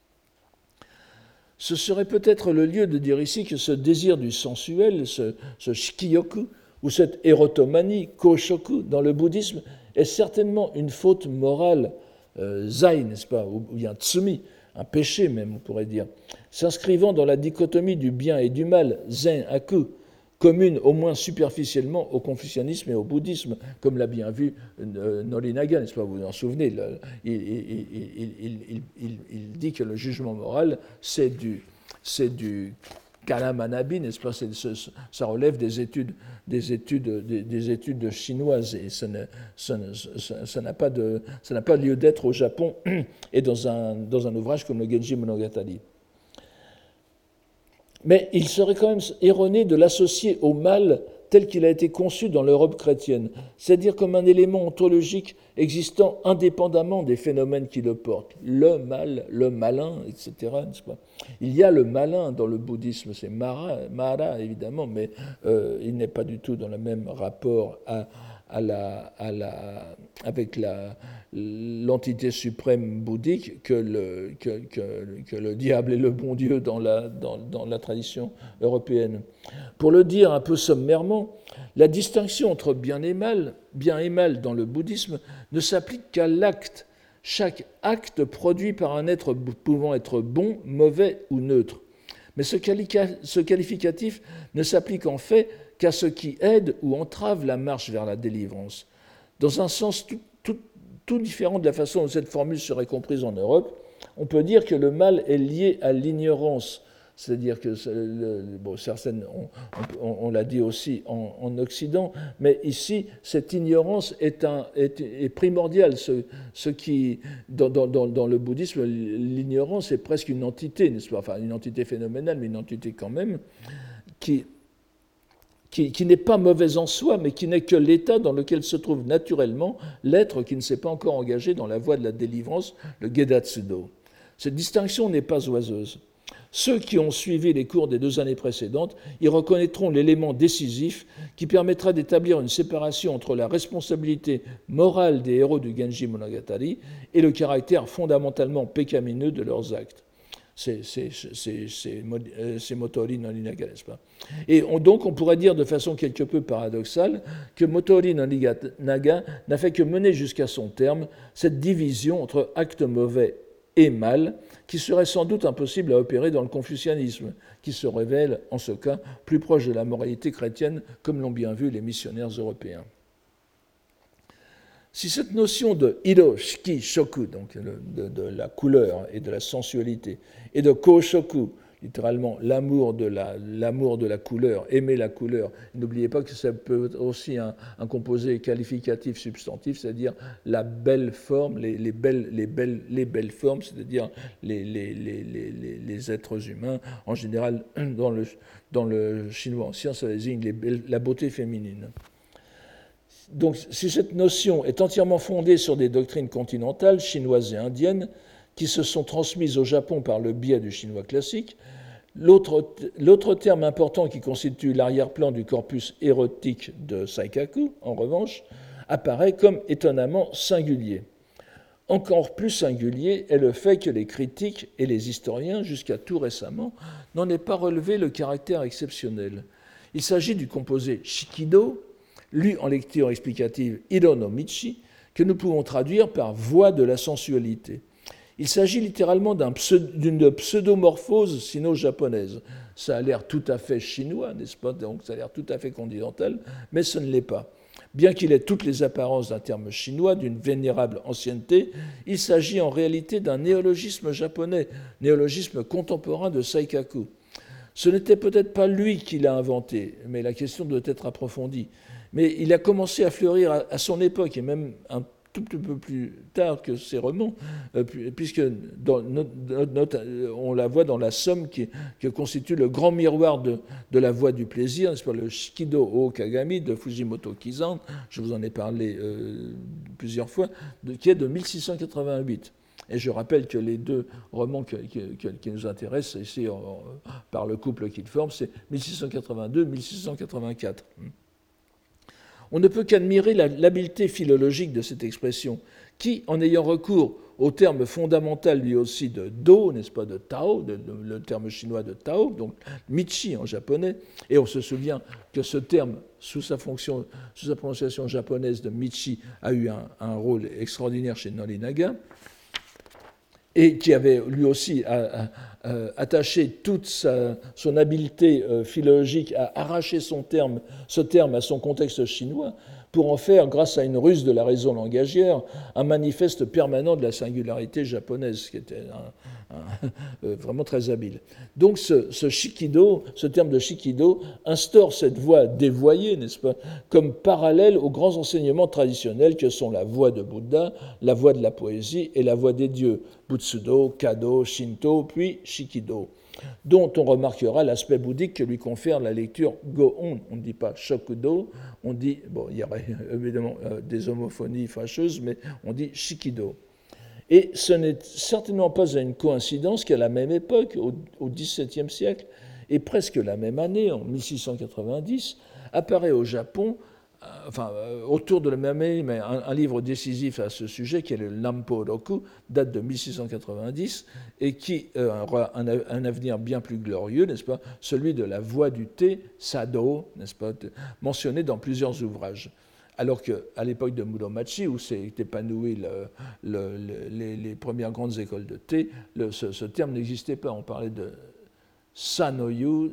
Ce serait peut-être le lieu de dire ici que ce désir du sensuel, ce, ce shikiyoku, ou cette érotomanie, koshoku, dans le bouddhisme, est certainement une faute morale, Euh, zai, n'est-ce pas, ou bien tsumi, un péché même, on pourrait dire, s'inscrivant dans la dichotomie du bien et du mal, zen, aku, commune au moins superficiellement au confucianisme et au bouddhisme, comme l'a bien vu euh, Norinaga, n'est-ce pas, vous vous en souvenez, le, il, il, il, il, il, il dit que le jugement moral, c'est du, c'est du Kalamanabi, n'est-ce pas, c'est, ça relève des études, des études, des, des études chinoises, et ça, ne, ça, ne, ça, ça, n'a pas de, ça n'a pas lieu d'être au Japon et dans un, dans un ouvrage comme le Genji Monogatari. Mais il serait quand même erroné de l'associer au mal tel qu'il a été conçu dans l'Europe chrétienne, c'est-à-dire comme un élément ontologique existant indépendamment des phénomènes qui le portent. Le mal, le malin, et cetera. N'est-ce pas ? Il y a le malin dans le bouddhisme, c'est Mara, Mara évidemment, mais euh, il n'est pas du tout dans le même rapport à, à la, à la, avec la, l'entité suprême bouddhique que le, que, que, que le diable est le bon Dieu dans la, dans, dans la tradition européenne. Pour le dire un peu sommairement, la distinction entre bien et mal, bien et mal dans le bouddhisme ne s'applique qu'à l'acte. Chaque acte produit par un être pouvant être bon, mauvais ou neutre. Mais ce, quali- ce qualificatif ne s'applique en fait qu'à ce qui aide ou entrave la marche vers la délivrance. Dans un sens tout, tout, tout différent de la façon dont cette formule serait comprise en Europe, on peut dire que le mal est lié à l'ignorance. C'est-à-dire que, le, bon, certaines, on, on, on l'a dit aussi en, en Occident, mais ici, cette ignorance est, un, est, est primordiale. Ce, ce qui, dans, dans, dans le bouddhisme, l'ignorance est presque une entité, n'est-ce pas ? Enfin, une entité phénoménale, mais une entité quand même, qui, qui, qui n'est pas mauvaise en soi, mais qui n'est que l'état dans lequel se trouve naturellement l'être qui ne s'est pas encore engagé dans la voie de la délivrance, le Gedatsudo. Cette distinction n'est pas oiseuse. Ceux qui ont suivi les cours des deux années précédentes y reconnaîtront l'élément décisif qui permettra d'établir une séparation entre la responsabilité morale des héros du Genji Monogatari et le caractère fondamentalement pécamineux de leurs actes. C'est, c'est, c'est, c'est, c'est Motoori no Ninaga, n'est-ce pas ? Et on, donc on pourrait dire de façon quelque peu paradoxale que Motoori no Ninaga n'a fait que mener jusqu'à son terme cette division entre actes mauvais et mal, qui serait sans doute impossible à opérer dans le confucianisme, qui se révèle, en ce cas, plus proche de la moralité chrétienne, comme l'ont bien vu les missionnaires européens. Si cette notion de hiro, shiki, shoku, donc de, de la couleur et de la sensualité, et de ko-shoku, littéralement l'amour de la, l'amour de la couleur, aimer la couleur. N'oubliez pas que ça peut être aussi un, un composé qualificatif substantif, c'est-à-dire la belle forme, les, les, belles, les, belles, les belles formes, c'est-à-dire les, les, les, les, les êtres humains. En général, dans le, dans le chinois ancien, ça désigne les belles, la beauté féminine. Donc, si cette notion est entièrement fondée sur des doctrines continentales, chinoises et indiennes, qui se sont transmises au Japon par le biais du chinois classique, l'autre, l'autre terme important qui constitue l'arrière-plan du corpus érotique de Saikaku, en revanche, apparaît comme étonnamment singulier. Encore plus singulier est le fait que les critiques et les historiens, jusqu'à tout récemment, n'en aient pas relevé le caractère exceptionnel. Il s'agit du composé shikido, lu en lecture explicative Hiro no Michi, que nous pouvons traduire par voie de la sensualité. Il s'agit littéralement d'un pseudo, d'une pseudomorphose sino-japonaise. Ça a l'air tout à fait chinois, n'est-ce pas ? Donc ça a l'air tout à fait continental, mais ce ne l'est pas. Bien qu'il ait toutes les apparences d'un terme chinois, d'une vénérable ancienneté, il s'agit en réalité d'un néologisme japonais, néologisme contemporain de Saikaku. Ce n'était peut-être pas lui qui l'a inventé, mais la question doit être approfondie. Mais il a commencé à fleurir à, à son époque, et même un tout petit peu plus tard que ses romans, euh, puisque dans notre, notre, on la voit dans la somme qui, qui constitue le grand miroir de, de la voie du plaisir, n'est-ce pas, le Shikido o Kagami de Fujimoto Kizan, je vous en ai parlé euh, plusieurs fois, de, qui est de mille six cent quatre-vingt-huit. Et je rappelle que les deux romans que, que, qui nous intéressent ici, en, par le couple qu'ils forment, c'est mille six cent quatre-vingt-deux mille six cent quatre-vingt-quatre. On ne peut qu'admirer l'habileté philologique de cette expression, qui, en ayant recours au terme fondamental lui aussi de do, n'est-ce pas, de tao, de, de, le terme chinois de tao, donc michi en japonais, et on se souvient que ce terme, sous sa fonction, sous sa prononciation japonaise de michi, a eu un, un rôle extraordinaire chez Norinaga, et qui avait lui aussi à, à, à, attaché toute sa, son habileté euh, philologique à arracher son terme, ce terme à son contexte chinois, pour en faire, grâce à une ruse de la raison langagière, un manifeste permanent de la singularité japonaise, ce qui était un, un, euh, vraiment très habile. Donc ce, ce shikido, ce terme de shikido, instaure cette voie dévoyée, n'est-ce pas, comme parallèle aux grands enseignements traditionnels que sont la voie de Bouddha, la voie de la poésie et la voie des dieux, Butsudo, Kado, Shinto, puis Shikido, dont on remarquera l'aspect bouddhique que lui confère la lecture Go-on. On ne dit pas Shokudo, on dit, bon, il y aurait évidemment euh, des homophonies fâcheuses, mais on dit Shikido. Et ce n'est certainement pas à une coïncidence qu'à la même époque, au, au dix-septième siècle, et presque la même année, en mille six cent quatre-vingt-dix, apparaît au Japon enfin, euh, autour de la même année, mais un, un livre décisif à ce sujet, qui est le Nampo Roku, date de mille six cent quatre-vingt-dix, et qui euh, aura un, un avenir bien plus glorieux, n'est-ce pas, celui de la voie du thé, Sado, n'est-ce pas, mentionné dans plusieurs ouvrages. Alors qu'à l'époque de Muromachi, où s'est épanoui le, le, le, les, les premières grandes écoles de thé, le, ce, ce terme n'existait pas. On parlait de Sanoyu,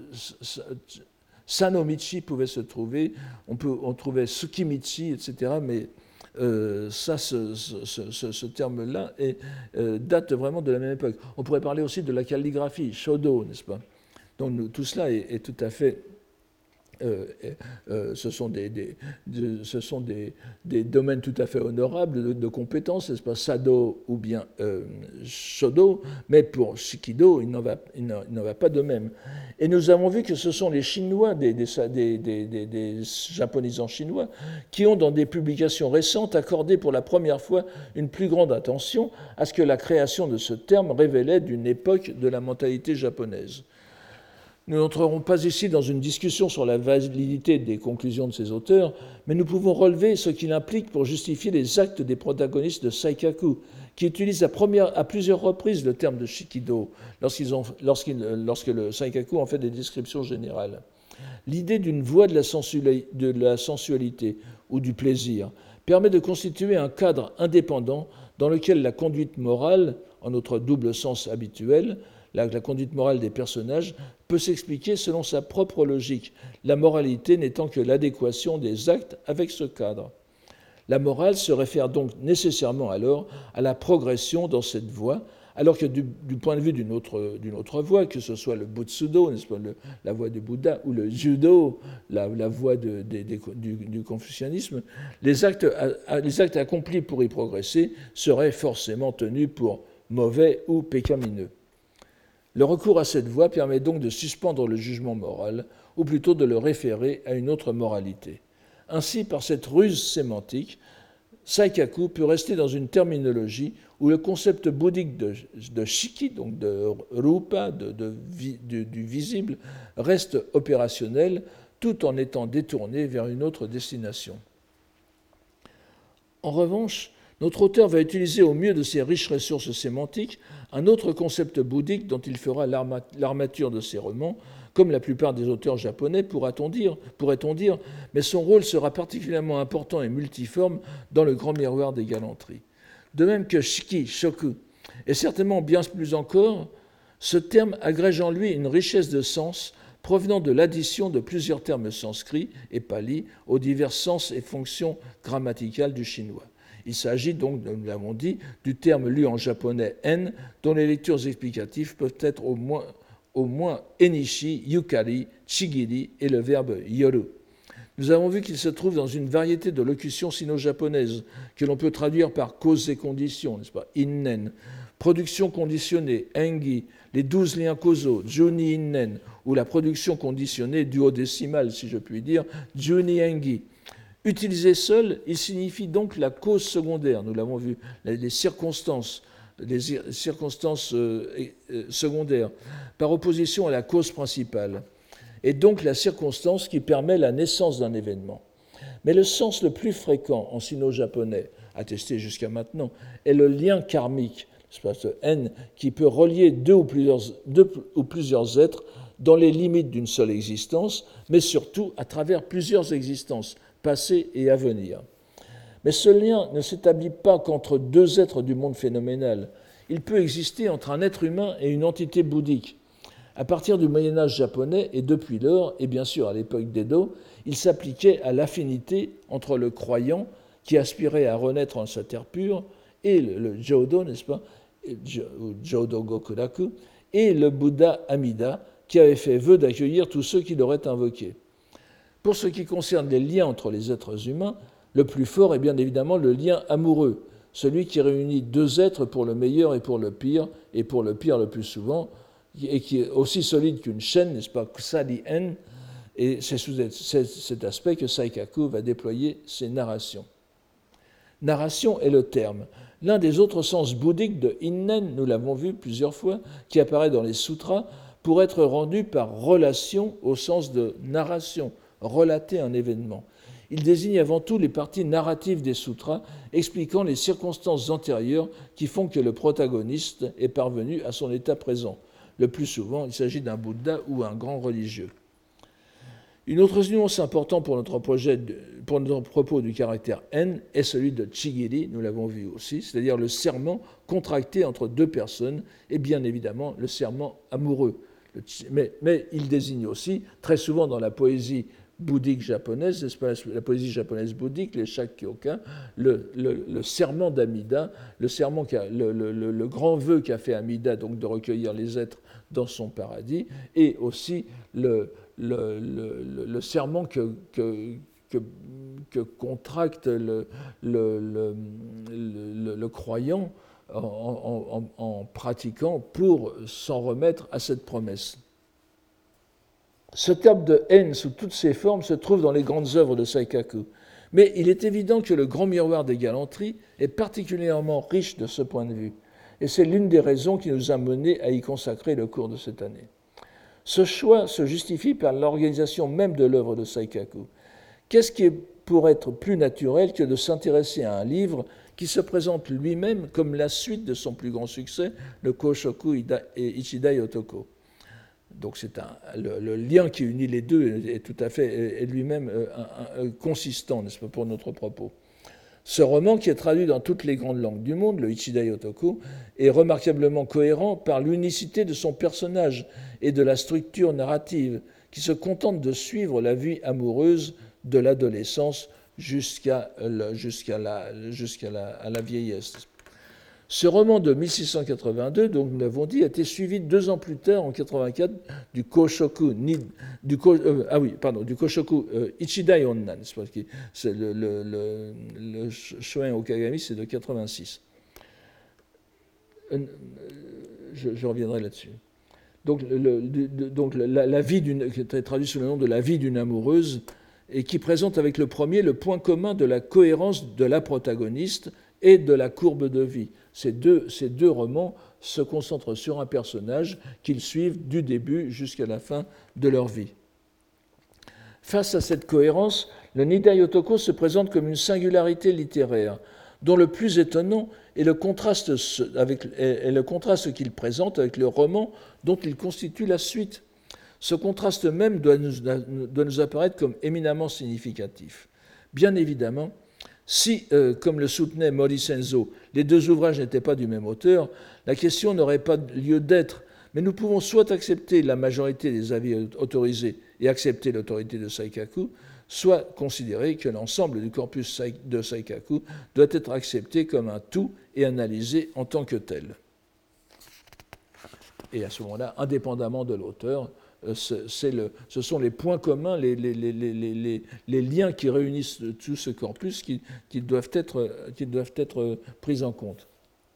Sanomichi pouvait se trouver, on, peut, on trouvait Tsukimichi, et cetera. Mais euh, ça, ce, ce, ce, ce terme-là est, euh, date vraiment de la même époque. On pourrait parler aussi de la calligraphie, Shodo, n'est-ce pas? Donc nous, tout cela est, est tout à fait... Euh, euh, ce sont, des, des, de, ce sont des, des domaines tout à fait honorables de, de compétences, n'est-ce pas, Sado ou bien euh, Shodo, mais pour Shikido, il n'en va, il n'en, il n'en va pas de même. Et nous avons vu que ce sont les Chinois, des, des, des, des, des, des japonisants chinois, qui ont, dans des publications récentes, accordé pour la première fois une plus grande attention à ce que la création de ce terme révélait d'une époque de la mentalité japonaise. Nous n'entrerons pas ici dans une discussion sur la validité des conclusions de ces auteurs, mais nous pouvons relever ce qu'il implique pour justifier les actes des protagonistes de Saikaku, qui utilisent à, première, à plusieurs reprises le terme de Shikido, lorsqu'ils ont, lorsqu'ils, lorsque le Saikaku en fait des descriptions générales. L'idée d'une voie de la, de la sensualité ou du plaisir permet de constituer un cadre indépendant dans lequel la conduite morale, en notre double sens habituel, La, la conduite morale des personnages peut s'expliquer selon sa propre logique, la moralité n'étant que l'adéquation des actes avec ce cadre. La morale se réfère donc nécessairement alors à la progression dans cette voie, alors que du, du point de vue d'une autre, d'une autre voie, que ce soit le Butsudo, n'est-ce pas, le, la voie du Bouddha, ou le Judo, la, la voie de, de, de, du, du confucianisme, les actes, les actes accomplis pour y progresser seraient forcément tenus pour mauvais ou pécamineux. Le recours à cette voie permet donc de suspendre le jugement moral, ou plutôt de le référer à une autre moralité. Ainsi, par cette ruse sémantique, Saikaku peut rester dans une terminologie où le concept bouddhique de, de shiki, donc de rupa, de, de, de, du visible, reste opérationnel tout en étant détourné vers une autre destination. En revanche, notre auteur va utiliser au mieux de ses riches ressources sémantiques un autre concept bouddhique dont il fera l'armature de ses romans, comme la plupart des auteurs japonais, pourrait-on dire, pourrait-on dire, mais son rôle sera particulièrement important et multiforme dans le grand miroir des galanteries. De même que shiki, shoku, et certainement bien plus encore, ce terme agrège en lui une richesse de sens provenant de l'addition de plusieurs termes sanscrits et palis aux divers sens et fonctions grammaticales du chinois. Il s'agit donc, nous l'avons dit, du terme lu en japonais en, dont les lectures explicatives peuvent être au moins, au moins enishi, yukari, chigiri et le verbe yoru. Nous avons vu qu'il se trouve dans une variété de locutions sino-japonaises que l'on peut traduire par causes et conditions, n'est-ce pas, innen, production conditionnée, engi, les douze liens causaux, juni innen, ou la production conditionnée duodécimale, si je puis dire, juni engi. Utilisé seul, il signifie donc la cause secondaire, nous l'avons vu, les circonstances, les circonstances secondaires, par opposition à la cause principale, et donc la circonstance qui permet la naissance d'un événement. Mais le sens le plus fréquent en sino-japonais, attesté jusqu'à maintenant, est le lien karmique, ce N, qui peut relier deux ou plusieurs, deux ou plusieurs êtres dans les limites d'une seule existence, mais surtout à travers plusieurs existences, passé et à venir. Mais ce lien ne s'établit pas qu'entre deux êtres du monde phénoménal. Il peut exister entre un être humain et une entité bouddhique. À partir du Moyen-Âge japonais et depuis lors, et bien sûr à l'époque d'Edo, il s'appliquait à l'affinité entre le croyant qui aspirait à renaître en sa terre pure et le, le Jodo, n'est-ce pas, Jodo Gokuraku, et le Bouddha Amida qui avait fait vœu d'accueillir tous ceux qui l'auraient invoqué. Pour ce qui concerne les liens entre les êtres humains, le plus fort est bien évidemment le lien amoureux, celui qui réunit deux êtres pour le meilleur et pour le pire, et pour le pire le plus souvent, et qui est aussi solide qu'une chaîne, n'est-ce pas, kusari-en, et c'est sous cet aspect que Saikaku va déployer ses narrations. Narration est le terme. L'un des autres sens bouddhiques de innen, nous l'avons vu plusieurs fois, qui apparaît dans les sutras, pourrait être rendu par relation au sens de narration, relater un événement. il désigne avant tout les parties narratives des sutras, expliquant les circonstances antérieures qui font que le protagoniste est parvenu à son état présent. Le plus souvent, il s'agit d'un Bouddha ou un grand religieux. Une autre nuance importante pour notre, projet de, pour notre propos du caractère N est celui de Chigiri, nous l'avons vu aussi, c'est-à-dire le serment contracté entre deux personnes et bien évidemment le serment amoureux. Mais, mais il désigne aussi, très souvent dans la poésie bouddhique japonaise, n'est-ce pas, la poésie japonaise bouddhique, les Shakkyoka, le, le, le serment d'Amida, le, serment qu'a, le, le, le grand vœu qu'a fait Amida, donc de recueillir les êtres dans son paradis, et aussi le, le, le, le serment que, que, que, que contracte le, le, le, le, le croyant en, en, en pratiquant pour s'en remettre à cette promesse. Ce terme de haine sous toutes ses formes se trouve dans les grandes œuvres de Saikaku. Mais il est évident que le Grand Miroir des Galanteries est particulièrement riche de ce point de vue. Et c'est l'une des raisons qui nous a menés à y consacrer le cours de cette année. Ce choix se justifie par l'organisation même de l'œuvre de Saikaku. Qu'est-ce qui pourrait être plus naturel que de s'intéresser à un livre qui se présente lui-même comme la suite de son plus grand succès, le Koshoku Ichidai Otoko. Donc c'est un, le, le lien qui unit les deux est tout à fait est lui-même un, un, un consistant, n'est-ce pas, pour notre propos. Ce roman, qui est traduit dans toutes les grandes langues du monde, le Ichidai Otoko, est remarquablement cohérent par l'unicité de son personnage et de la structure narrative, qui se contente de suivre la vie amoureuse de l'adolescence jusqu'à, jusqu'à, la, jusqu'à la, à la vieillesse. Ce roman de mille six cent quatre-vingt-deux, donc nous l'avons dit, a été suivi deux ans plus tard, en mille neuf cent quatre-vingt-quatre, du Koshoku, du, euh, ah oui, pardon, du Koshoku euh, Ichidai Onnan. C'est le, le, le, le Shoen Okagami, c'est de mille neuf cent quatre-vingt-six. Euh, je, je reviendrai là-dessus. Donc, le, le, donc la, la vie d'une, qui est traduit sous le nom de La vie d'une amoureuse, et qui présente avec le premier le point commun de la cohérence de la protagoniste et de la courbe de vie. Ces deux, ces deux romans se concentrent sur un personnage qu'ils suivent du début jusqu'à la fin de leur vie. Face à cette cohérence, le Nidai Otoko se présente comme une singularité littéraire, dont le plus étonnant est le contraste, avec, est le contraste qu'il présente avec le roman dont il constitue la suite. Ce contraste même doit nous, doit nous apparaître comme éminemment significatif. Bien évidemment, si, euh, comme le soutenait Mori Senzo, les deux ouvrages n'étaient pas du même auteur, la question n'aurait pas lieu d'être, mais nous pouvons soit accepter la majorité des avis autorisés et accepter l'autorité de Saikaku, soit considérer que l'ensemble du corpus de Saikaku doit être accepté comme un tout et analysé en tant que tel. Et à ce moment-là, indépendamment de l'auteur, C'est le, ce sont les points communs, les, les, les, les, les liens qui réunissent tout ce corpus qui, qui, doivent être, qui doivent être pris en compte.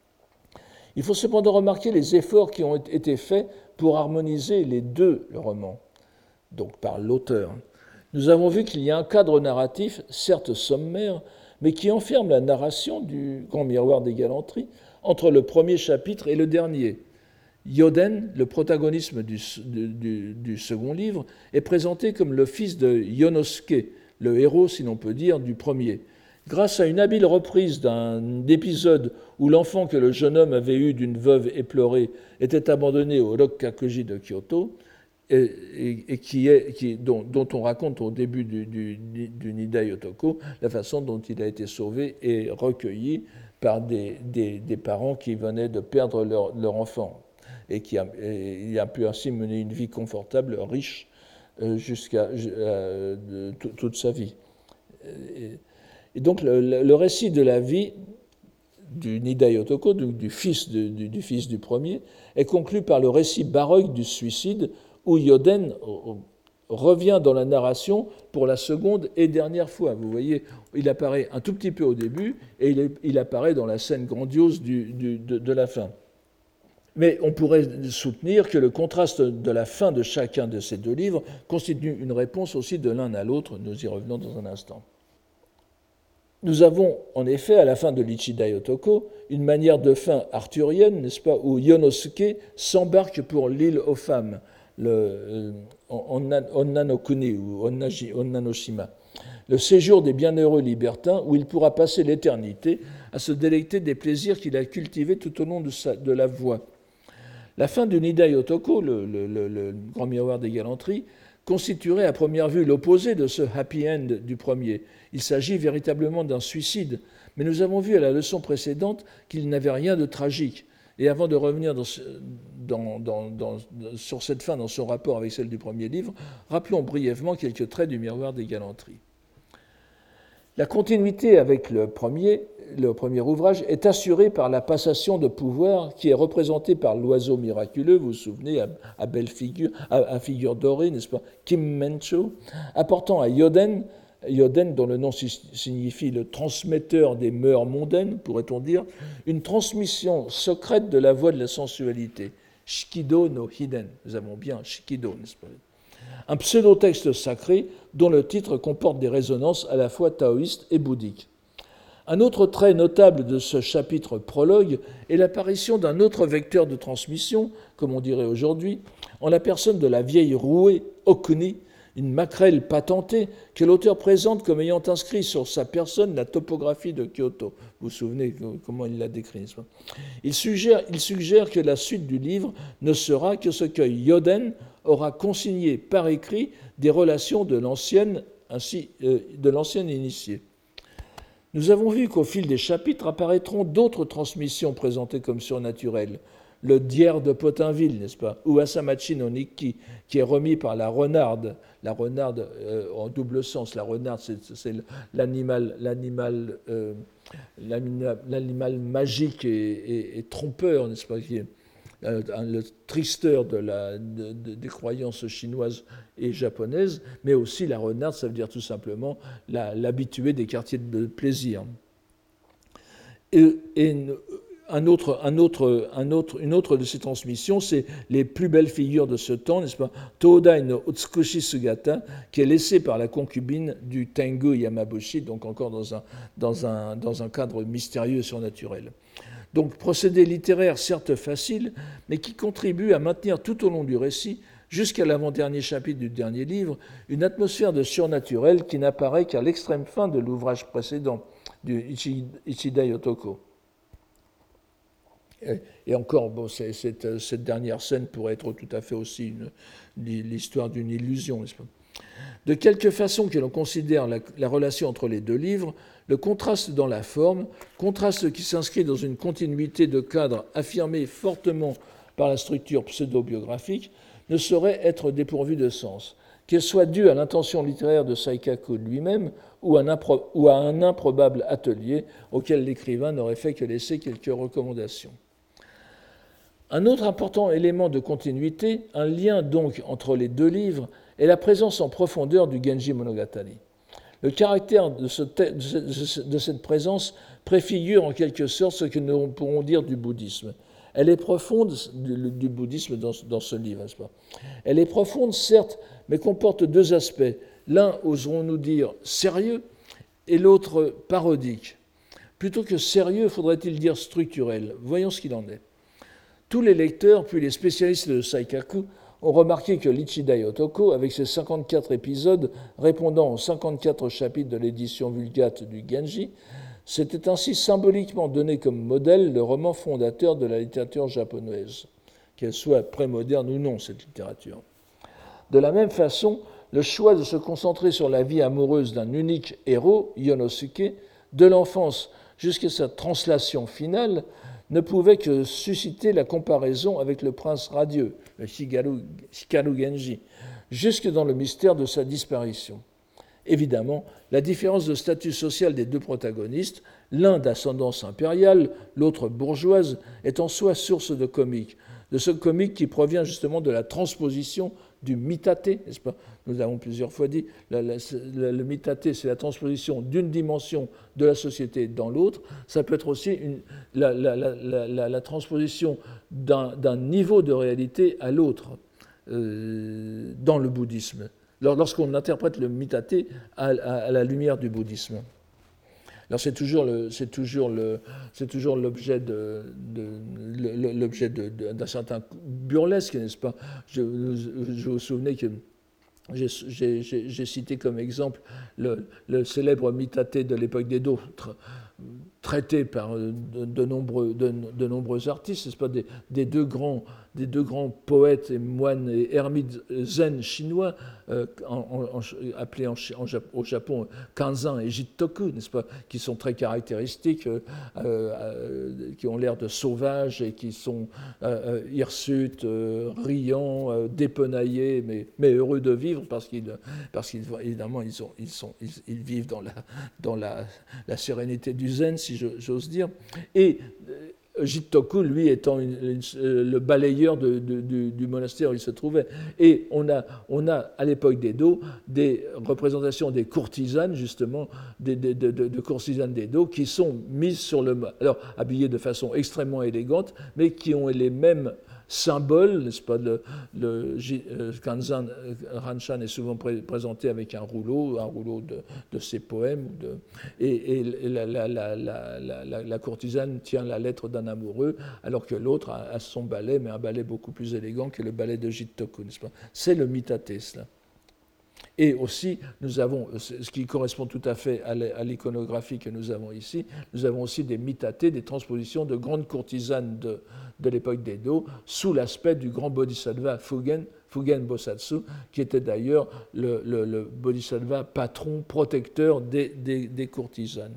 Il faut cependant remarquer les efforts qui ont été faits pour harmoniser les deux romans, donc par l'auteur. Nous avons vu qu'il y a un cadre narratif, certes sommaire, mais qui enferme la narration du Grand Miroir des Galanteries entre le premier chapitre et le dernier. Yoden, le protagonisme du, du, du second livre, est présenté comme le fils de Yonosuke, le héros, si l'on peut dire, du premier. Grâce à une habile reprise d'un épisode où l'enfant que le jeune homme avait eu d'une veuve éplorée était abandonné au Rokkakuji de Kyoto, et, et, et qui est, qui, dont, dont on raconte au début du, du, du Nidai Otoko la façon dont il a été sauvé et recueilli par des, des, des parents qui venaient de perdre leur, leur enfant. Et qui a, et il a pu ainsi mener une vie confortable, riche, euh, jusqu'à euh, toute sa vie. Et, et donc le, le récit de la vie du Nidai Otoko, du, du, fils de, du, du fils du premier, est conclu par le récit baroque du suicide, où Yoden revient dans la narration pour la seconde et dernière fois. Vous voyez, il apparaît un tout petit peu au début, et il, est, il apparaît dans la scène grandiose du, du, de, de la fin. Mais on pourrait soutenir que le contraste de la fin de chacun de ces deux livres constitue une réponse aussi de l'un à l'autre. Nous y revenons dans un instant. Nous avons en effet, à la fin de l'Ichidai Otoko, une manière de fin arthurienne, n'est-ce pas, où Yonosuke s'embarque pour l'île aux femmes, le Onna no Kuni ou Onna no Shima. le séjour des bienheureux libertins, où il pourra passer l'éternité à se délecter des plaisirs qu'il a cultivés tout au long de, sa, de la voie. La fin du Nidai Otoko, le, le, le, le grand miroir des galanteries, constituerait à première vue l'opposé de ce happy end du premier. Il s'agit véritablement d'un suicide, mais nous avons vu à la leçon précédente qu'il n'avait rien de tragique. Et avant de revenir dans ce, dans, dans, dans, sur cette fin dans son rapport avec celle du premier livre, rappelons brièvement quelques traits du miroir des galanteries. La continuité avec le premier, le premier ouvrage est assurée par la passation de pouvoir qui est représentée par l'oiseau miraculeux, vous vous souvenez, à, à belle figure, à, à figure dorée, n'est-ce pas, Kim Mencho, apportant à Yoden, Yoden, dont le nom signifie le transmetteur des mœurs mondaines, pourrait-on dire, une transmission secrète de la voie de la sensualité. Shikido no Hiden, nous avons bien Shikido, n'est-ce pas ? Un pseudo-texte sacré dont le titre comporte des résonances à la fois taoïstes et bouddhiques. Un autre trait notable de ce chapitre prologue est l'apparition d'un autre vecteur de transmission, comme on dirait aujourd'hui, en la personne de la vieille rouée Okuni, une maquerelle patentée que l'auteur présente comme ayant inscrit sur sa personne la topographie de Kyoto. Vous vous souvenez comment il l'a décrit, n'est-ce pas ? Il suggère, il suggère que la suite du livre ne sera que ce que Yoden aura consigné par écrit des relations de l'ancienne, ainsi, euh, de l'ancienne initiée. Nous avons vu qu'au fil des chapitres apparaîtront d'autres transmissions présentées comme surnaturelles. Le Dier de Potainville, n'est-ce pas, ou Asamachi no Nikki, qui est remis par la renarde, la renarde euh, en double sens, la renarde c'est, c'est l'animal, l'animal, euh, l'animal, l'animal magique et, et, et trompeur, n'est-ce pas, qui est euh, le tristeur de la, de, de, des croyances chinoises et japonaises, mais aussi la renarde, ça veut dire tout simplement la, l'habituée des quartiers de plaisir. Et, et Un autre, un autre, un autre, une autre de ces transmissions, c'est les plus belles figures de ce temps, n'est-ce pas, Todai no Utsukushi Sugata, qui est laissée par la concubine du Tengu Yamabushi, donc encore dans un, dans un, dans un cadre mystérieux et surnaturel. Donc procédé littéraire certes facile, mais qui contribue à maintenir tout au long du récit, jusqu'à l'avant-dernier chapitre du dernier livre, une atmosphère de surnaturel qui n'apparaît qu'à l'extrême fin de l'ouvrage précédent, du Ichidai Otoko. Et encore, bon, c'est, cette, cette dernière scène pourrait être tout à fait aussi une, l'histoire d'une illusion, n'est-ce pas ? De quelque façon que l'on considère la, la relation entre les deux livres, le contraste dans la forme, contraste qui s'inscrit dans une continuité de cadre affirmée fortement par la structure pseudo-biographique, ne saurait être dépourvu de sens, qu'elle soit due à l'intention littéraire de Saikaku lui-même ou à, un impro- ou à un improbable atelier auquel l'écrivain n'aurait fait que laisser quelques recommandations. Un autre important élément de continuité, un lien donc entre les deux livres, est la présence en profondeur du Genji Monogatari. Le caractère de, ce te- de cette présence préfigure en quelque sorte ce que nous pourrons dire du bouddhisme. Elle est profonde, du, du bouddhisme dans, dans ce livre, n'est-ce pas ? Elle est profonde, certes, mais comporte deux aspects. L'un, oserons-nous dire, sérieux, et l'autre, parodique. Plutôt que sérieux, faudrait-il dire structurel. Voyons ce qu'il en est. Tous les lecteurs, puis les spécialistes de Saikaku, ont remarqué que l'Ichidai Otoko, avec ses cinquante-quatre épisodes répondant aux cinquante-quatre chapitres de l'édition Vulgate du Genji, s'était ainsi symboliquement donné comme modèle le roman fondateur de la littérature japonaise, qu'elle soit prémoderne ou non, cette littérature. De la même façon, le choix de se concentrer sur la vie amoureuse d'un unique héros, Yonosuke, de l'enfance jusqu'à sa translation finale, ne pouvait que susciter la comparaison avec le prince radieux, le Shigaru, Hikaru Genji, jusque dans le mystère de sa disparition. Évidemment, la différence de statut social des deux protagonistes, l'un d'ascendance impériale, l'autre bourgeoise, est en soi source de comique, de ce comique qui provient justement de la transposition du mitate, n'est-ce pas ? Nous l'avons plusieurs fois dit, la, la, la, le mitate, c'est la transposition d'une dimension de la société dans l'autre. Ça peut être aussi une, la, la, la, la, la transposition d'un, d'un niveau de réalité à l'autre euh, dans le bouddhisme, lorsqu'on interprète le mitate à, à, à la lumière du bouddhisme. Alors c'est toujours, le, c'est toujours, le, c'est toujours l'objet, de, de, l'objet de, de, d'un certain burlesque, n'est-ce pas ? je, je, je vous souvenez que j'ai, j'ai, j'ai cité comme exemple le, le célèbre Mitate de l'époque d'Edo, tra, traité par de, de, nombreux, de, de nombreux artistes, c'est pas des, des, deux grands, des deux grands poètes et moines et ermites zen chinois, euh, en, en, appelés en, en, au Japon Kanzan et Jittoku, n'est-ce pas, qui sont très caractéristiques, euh, euh, qui ont l'air de sauvages et qui sont euh, hirsutes, euh, riants, euh, dépenaillés, mais, mais heureux de vivre parce qu'ils, parce qu'ils évidemment, ils, ont, ils, sont, ils, ils vivent dans, la, dans la, la sérénité du zen, si j'ose dire. Et Jittoku, lui, étant une, une, le balayeur de, de, du, du monastère où il se trouvait. Et on a, on a à l'époque d'Edo, des représentations des courtisanes, justement, des, de, de, de courtisanes d'Edo, qui sont mises sur le... Alors, habillées de façon extrêmement élégante, mais qui ont les mêmes symboles, n'est-ce pas, le, le euh, Kanzan Ranshan est souvent pré présenté avec un rouleau, un rouleau de, de ses poèmes, de, et, et la, la, la, la, la, la courtisane tient la lettre d'un amoureux, alors que l'autre a, a son balai, mais un balai beaucoup plus élégant que le balai de Jittoku, n'est-ce pas? C'est le Mitate, cela. Et aussi, nous avons, ce qui correspond tout à fait à l'iconographie que nous avons ici, nous avons aussi des mitate, des transpositions de grandes courtisanes de, de l'époque d'Edo, sous l'aspect du grand bodhisattva Fugen, Fugen Bosatsu, qui était d'ailleurs le, le, le bodhisattva patron, protecteur des, des, des courtisanes.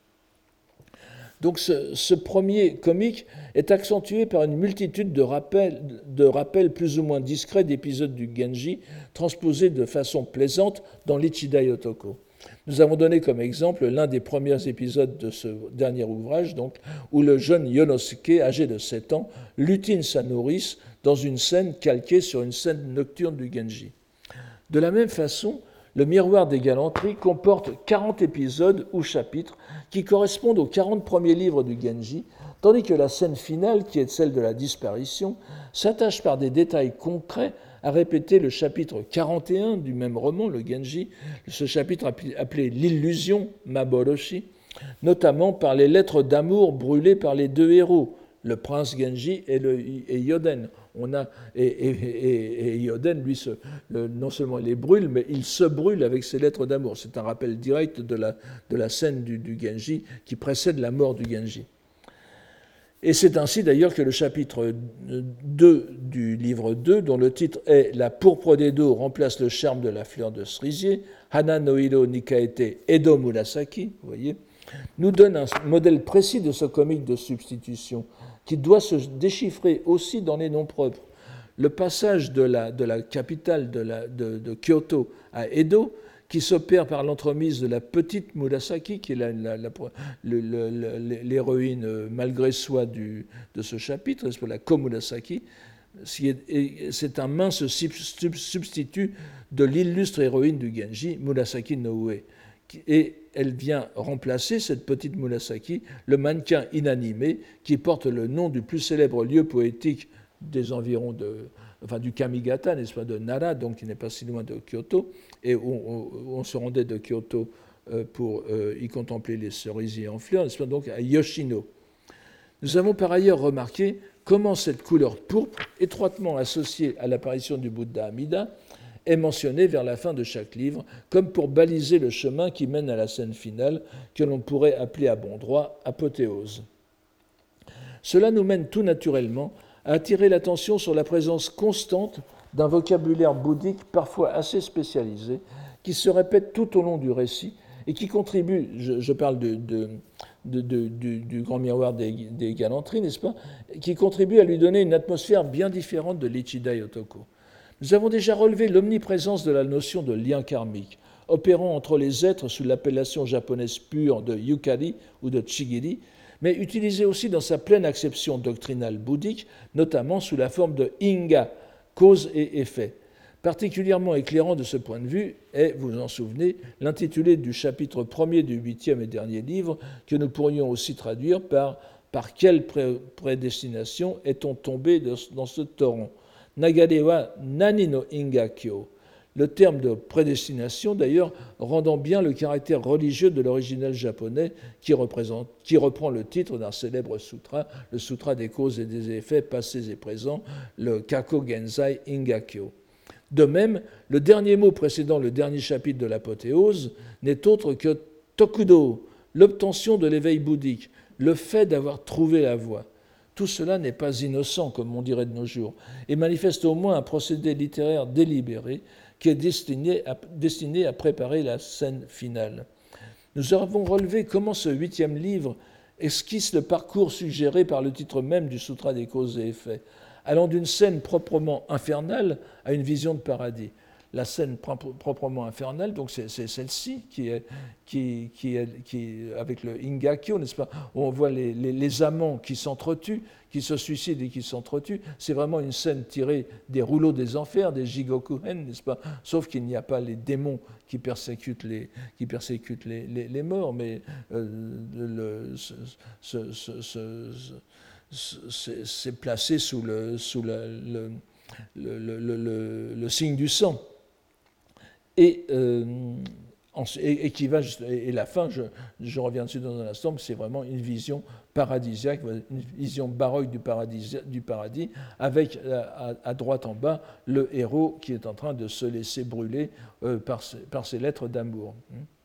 Donc ce, ce premier comique est accentué par une multitude de rappels, de rappels plus ou moins discrets d'épisodes du Genji, transposés de façon plaisante dans l'Ichidai Otoko. Nous avons donné comme exemple l'un des premiers épisodes de ce dernier ouvrage, donc, où le jeune Yonosuke, âgé de sept ans, lutine sa nourrice dans une scène calquée sur une scène nocturne du Genji. De la même façon, le Miroir des galanteries comporte quarante épisodes ou chapitres qui correspondent aux quarante premiers livres du Genji, tandis que la scène finale, qui est celle de la disparition, s'attache par des détails concrets à répéter le chapitre quarante et un du même roman, le Genji, ce chapitre appelé l'illusion, Maboroshi, notamment par les lettres d'amour brûlées par les deux héros, le prince Genji et, le, et Yoden. On a, et, et, et, et Yoden, lui, se, le, non seulement il les brûle, mais il se brûle avec ses lettres d'amour. C'est un rappel direct de la, de la scène du, du Genji qui précède la mort du Genji. Et c'est ainsi d'ailleurs que le chapitre deux du livre deux, dont le titre est « La pourpre d'Edo remplace le charme de la fleur de cerisier », Hana no hiro ni kaete Edo Murasaki, vous voyez, nous donne un modèle précis de ce comique de substitution qui doit se déchiffrer aussi dans les noms propres. Le passage de la, de la capitale de, la, de, de Kyoto à Edo, qui s'opère par l'entremise de la petite Murasaki, qui est la, la, la, le, le, l'héroïne malgré soi du, de ce chapitre, la Komurasaki, c'est un mince substitut de l'illustre héroïne du Genji, Murasaki no Ue. Et elle vient remplacer, cette petite Murasaki, le mannequin inanimé qui porte le nom du plus célèbre lieu poétique des environs de, enfin du Kamigata, n'est-ce pas, de Nara, donc qui n'est pas si loin de Kyoto, et où on, où on se rendait de Kyoto euh, pour euh, y contempler les cerisiers en fleurs, n'est-ce pas, donc à Yoshino. Nous avons par ailleurs remarqué comment cette couleur pourpre, étroitement associée à l'apparition du Bouddha Amida, est mentionnée vers la fin de chaque livre, comme pour baliser le chemin qui mène à la scène finale, que l'on pourrait appeler à bon droit apothéose. Cela nous mène tout naturellement à attirer l'attention sur la présence constante d'un vocabulaire bouddhique parfois assez spécialisé, qui se répète tout au long du récit et qui contribue, je, je parle de, de, de, de, du, du grand miroir des, des galanteries, n'est-ce pas, qui contribue à lui donner une atmosphère bien différente de l'Ichidai Otoko. Nous avons déjà relevé l'omniprésence de la notion de lien karmique, opérant entre les êtres sous l'appellation japonaise pure de yukari ou de chigiri, mais utilisée aussi dans sa pleine acception doctrinale bouddhique, notamment sous la forme de inga, cause et effet. Particulièrement éclairant de ce point de vue est, vous vous en souvenez, l'intitulé du chapitre premier du huitième et dernier livre, que nous pourrions aussi traduire par « Par quelle prédestination est-on tombé dans ce torrent ?» Nagare wa nani no inga kyo. Le terme de prédestination, d'ailleurs, rendant bien le caractère religieux de l'original japonais qui, représente, qui reprend le titre d'un célèbre sutra, le sutra des causes et des effets passés et présents, le Kako Genzai Ingakyo. De même, le dernier mot précédant le dernier chapitre de l'apothéose n'est autre que Tokudo, l'obtention de l'éveil bouddhique, le fait d'avoir trouvé la voie. Tout cela n'est pas innocent, comme on dirait de nos jours, et manifeste au moins un procédé littéraire délibéré qui est destiné à, destiné à préparer la scène finale. Nous avons relevé comment ce huitième livre esquisse le parcours suggéré par le titre même du Sutra des causes et effets, allant d'une scène proprement infernale à une vision de paradis. La scène proprement infernale, donc c'est, c'est celle-ci qui est, qui, qui est, qui, avec le Ingakyo, n'est-ce pas, où on voit les, les, les amants qui s'entretuent, qui se suicident et qui s'entretuent. C'est vraiment une scène tirée des rouleaux des enfers, des Jigoku-en, n'est-ce pas, sauf qu'il n'y a pas les démons qui persécutent les, qui persécutent les, les, les morts, mais euh, le, ce, ce, ce, ce, c'est placé sous le, sous la, le, le, le, le, le, le signe du sang. Et, euh, et, et qui va juste, et la fin, je, je reviens dessus dans un instant, c'est vraiment une vision paradisiaque, une vision baroque du paradis, du paradis avec à, à droite en bas le héros qui est en train de se laisser brûler euh, par, ses, par ses lettres d'amour.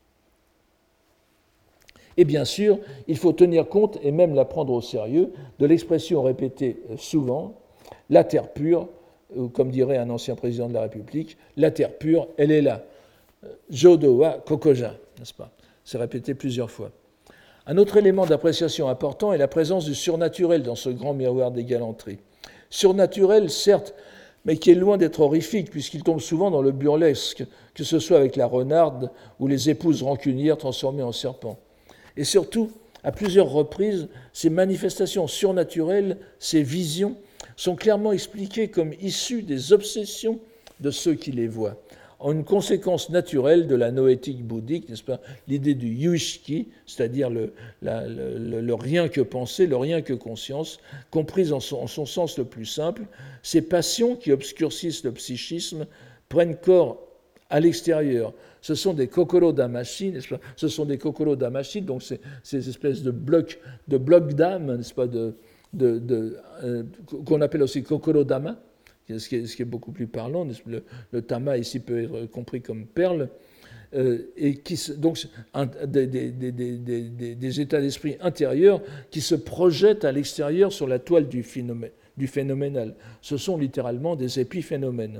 Et bien sûr, il faut tenir compte, et même la prendre au sérieux, de l'expression répétée souvent, la terre pure, comme dirait un ancien président de la République, la terre pure, elle est là. Jodo wa kokoja, n'est-ce pas? C'est répété plusieurs fois. Un autre élément d'appréciation important est la présence du surnaturel dans ce grand miroir des galanteries. Surnaturel, certes, mais qui est loin d'être horrifique, puisqu'il tombe souvent dans le burlesque, que ce soit avec la renarde ou les épouses rancunières transformées en serpents. Et surtout, à plusieurs reprises, ces manifestations surnaturelles, ces visions, sont clairement expliquées comme issues des obsessions de ceux qui les voient, en une conséquence naturelle de la noétique bouddhique, n'est-ce pas, l'idée du yushiki, c'est-à-dire le, la, le, le rien que penser, le rien que conscience, comprise en son, en son sens le plus simple. Ces passions qui obscurcissent le psychisme prennent corps à l'extérieur. Ce sont des kokoro damashi, n'est-ce pas, ce sont des kokoro damashi, donc c'est ces espèces de blocs de blocs d'âme, n'est-ce pas, de De, de, euh, qu'on appelle aussi kokoro dama, ce qui est, ce qui est beaucoup plus parlant. Le, le tama ici peut être compris comme perle, euh, et qui donc un, des, des, des, des, des états d'esprit intérieurs qui se projettent à l'extérieur sur la toile du, phénomène, du phénoménal. Ce sont littéralement des épiphénomènes.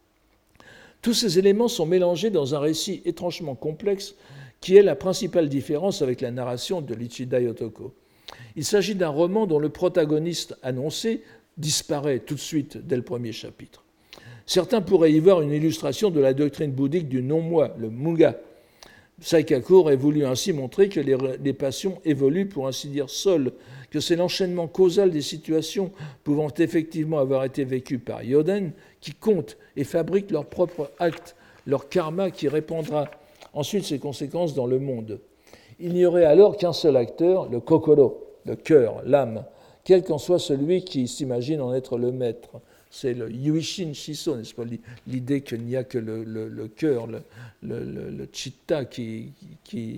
Tous ces éléments sont mélangés dans un récit étrangement complexe qui est la principale différence avec la narration de l'Ichida Yotoko. Il s'agit d'un roman dont le protagoniste annoncé disparaît tout de suite dès le premier chapitre. Certains pourraient y voir une illustration de la doctrine bouddhique du non-moi, le muga. Saikaku aurait voulu ainsi montrer que les, les passions évoluent pour ainsi dire seules, que c'est l'enchaînement causal des situations pouvant effectivement avoir été vécues par Yoden qui comptent et fabriquent leur propre acte, leur karma qui répandra ensuite ses conséquences dans le monde. Il n'y aurait alors qu'un seul acteur, le kokoro, le cœur, l'âme, quel qu'en soit celui qui s'imagine en être le maître. C'est le yuishin shiso, n'est-ce pas, l'idée qu'il n'y a que le, le, le cœur, le, le, le, le chitta qui, qui,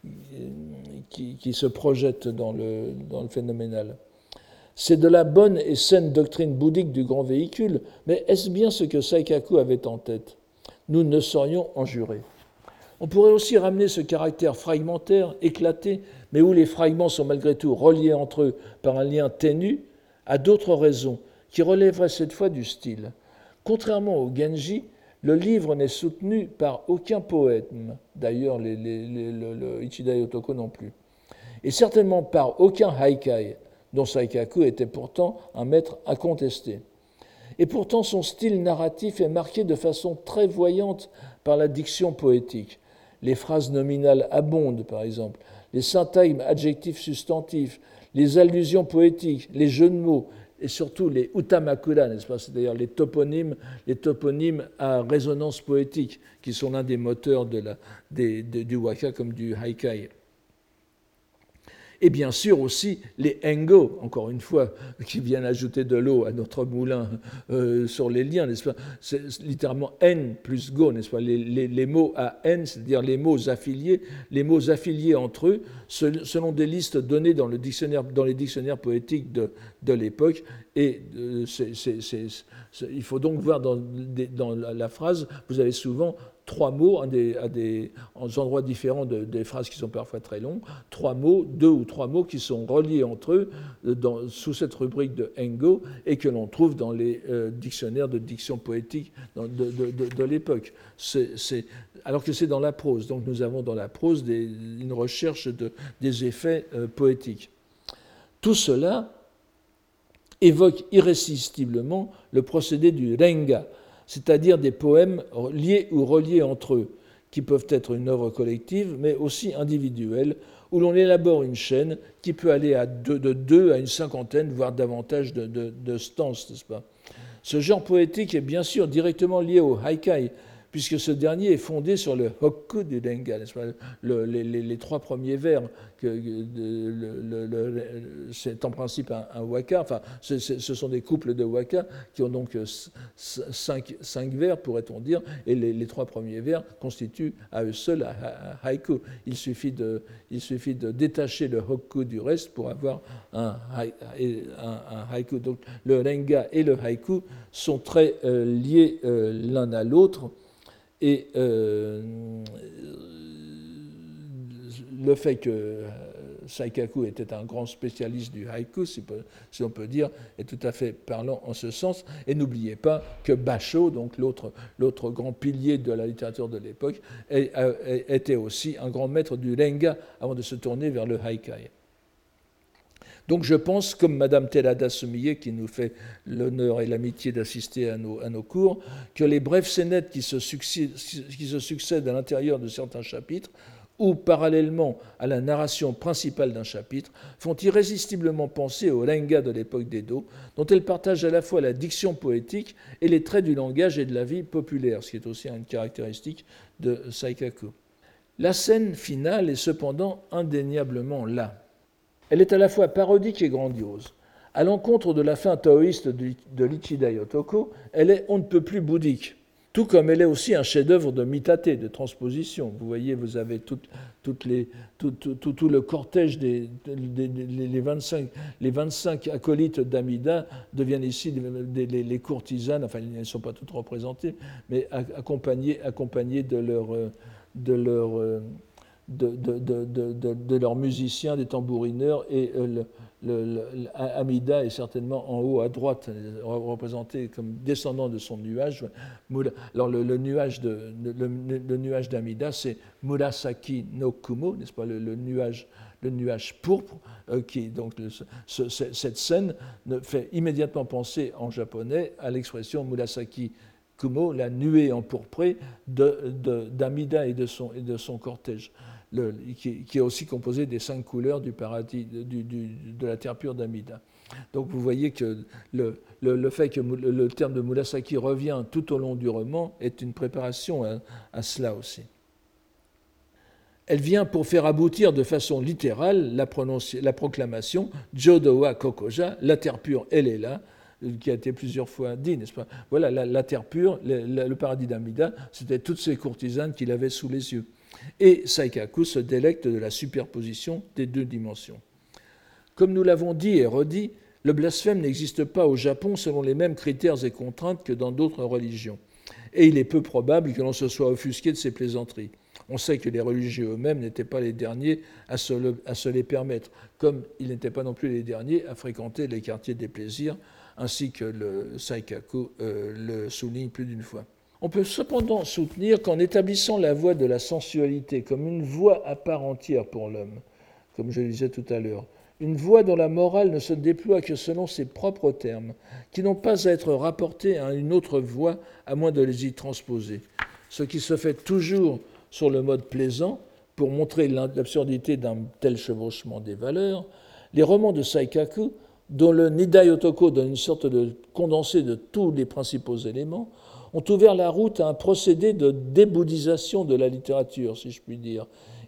qui, qui se projette dans le, dans le phénoménal. C'est de la bonne et saine doctrine bouddhique du grand véhicule, mais est-ce bien ce que Saikaku avait en tête? Nous ne saurions en jurer. On pourrait aussi ramener ce caractère fragmentaire, éclaté, mais où les fragments sont malgré tout reliés entre eux par un lien ténu, à d'autres raisons, qui relèveraient cette fois du style. Contrairement au Genji, le livre n'est soutenu par aucun poème, d'ailleurs les, les, les, le, le Ichida Yotoko non plus, et certainement par aucun haikai, dont Saikaku était pourtant un maître incontesté. Et pourtant son style narratif est marqué de façon très voyante par la diction poétique. Les phrases nominales abondent, par exemple, les syntagmes adjectifs substantifs, les allusions poétiques, les jeux de mots, et surtout les utamakura, n'est-ce pas, c'est-à-dire les toponymes, les toponymes à résonance poétique, qui sont l'un des moteurs de la, des, de, du waka comme du haikai. Et bien sûr aussi les engo, encore une fois, qui viennent ajouter de l'eau à notre moulin euh, sur les liens, n'est-ce pas? C'est littéralement N plus go, n'est-ce pas? Les, les, les mots à N, c'est-à-dire les mots affiliés, les mots affiliés entre eux, selon des listes données dans, le dictionnaire, dans les dictionnaires poétiques de, de l'époque. Et euh, c'est, c'est, c'est, c'est, il faut donc voir dans, dans la, la phrase, vous avez souvent trois mots à des, à des endroits différents de, des phrases qui sont parfois très longues, trois mots, deux ou trois mots qui sont reliés entre eux dans, sous cette rubrique de engo et que l'on trouve dans les euh, dictionnaires de diction poétique de, de, de, de l'époque. C'est, c'est, alors que c'est dans la prose. Donc nous avons dans la prose des, une recherche de, des effets euh, poétiques. Tout cela évoque irrésistiblement le procédé du renga, c'est-à-dire des poèmes liés ou reliés entre eux, qui peuvent être une œuvre collective, mais aussi individuelle, où l'on élabore une chaîne qui peut aller à deux, de deux à une cinquantaine, voire davantage de, de, de stances, n'est-ce pas? Ce genre poétique est bien sûr directement lié au haikai, puisque ce dernier est fondé sur le hokku du renga, n'est-ce pas? Le, les, les, les trois premiers vers, que, le, le, le, c'est en principe un, un waka, enfin, c'est, c'est, ce sont des couples de waka qui ont donc cinq, cinq vers, pourrait-on dire, et les, les trois premiers vers constituent à eux seuls un haïku. Il suffit, de, il suffit de détacher le hokku du reste pour avoir un, un, un haïku. Donc le renga et le haïku sont très euh, liés euh, l'un à l'autre. Et euh, le fait que Saikaku était un grand spécialiste du haïku, si, peut, si on peut dire, est tout à fait parlant en ce sens. Et n'oubliez pas que Basho, donc l'autre, l'autre grand pilier de la littérature de l'époque, était aussi un grand maître du renga avant de se tourner vers le haikai. Donc je pense, comme Madame Terada Sumiye, qui nous fait l'honneur et l'amitié d'assister à nos, à nos cours, que les brèves scénettes qui se succèdent, qui se succèdent à l'intérieur de certains chapitres, ou parallèlement à la narration principale d'un chapitre, font irrésistiblement penser au renga de l'époque d'Edo, dont elles partagent à la fois la diction poétique et les traits du langage et de la vie populaire, ce qui est aussi une caractéristique de Saikaku. La scène finale est cependant indéniablement là. Elle est à la fois parodique et grandiose. À l'encontre de la fin taoïste de l'Ichida Yotoko, elle est on ne peut plus bouddhique, tout comme elle est aussi un chef-d'œuvre de mitate, de transposition. Vous voyez, vous avez toutes, toutes les, tout, tout, tout, tout le cortège des, des, des les, vingt-cinq, les vingt-cinq acolytes d'Amida deviennent ici des, les, les courtisanes, enfin, elles ne sont pas toutes représentées, mais accompagnées, accompagnées de leur... De leur De, de, de, de, de leurs musiciens, des tambourineurs, et le, le, le, Amida est certainement en haut à droite, représenté comme descendant de son nuage. Alors le, le nuage de, le, le nuage d'Amida, c'est Murasaki no Kumo, n'est-ce pas, le, le nuage, le nuage pourpre, euh, qui donc le, ce, cette scène fait immédiatement penser en japonais à l'expression Murasaki Kumo, la nuée empourprée de, de, d'Amida et de son, et de son cortège. Le, qui, qui est aussi composé des cinq couleurs du paradis, du, du, de la terre pure d'Amida. Donc vous voyez que le, le, le fait que le, le terme de Murasaki revient tout au long du roman est une préparation à, à cela aussi. Elle vient pour faire aboutir de façon littérale la, la proclamation « Jodowa Kokoja », la terre pure, elle est là, qui a été plusieurs fois dit, n'est-ce pas? Voilà, la, la terre pure, le, le paradis d'Amida, c'était toutes ces courtisanes qu'il avait sous les yeux. Et Saikaku se délecte de la superposition des deux dimensions. Comme nous l'avons dit et redit, le blasphème n'existe pas au Japon selon les mêmes critères et contraintes que dans d'autres religions. Et il est peu probable que l'on se soit offusqué de ces plaisanteries. On sait que les religieux eux-mêmes n'étaient pas les derniers à se, le, à se les permettre, comme ils n'étaient pas non plus les derniers à fréquenter les quartiers des plaisirs, ainsi que le Saikaku euh, le souligne plus d'une fois. On peut cependant soutenir qu'en établissant la voie de la sensualité comme une voie à part entière pour l'homme, comme je le disais tout à l'heure, une voie dont la morale ne se déploie que selon ses propres termes, qui n'ont pas à être rapportés à une autre voie à moins de les y transposer, ce qui se fait toujours sur le mode plaisant pour montrer l'absurdité d'un tel chevauchement des valeurs, les romans de Saikaku, dont le Nidai Otoko donne une sorte de condensé de tous les principaux éléments, ont ouvert la route à un procédé de débouddhisation de la littérature, si je puis dire,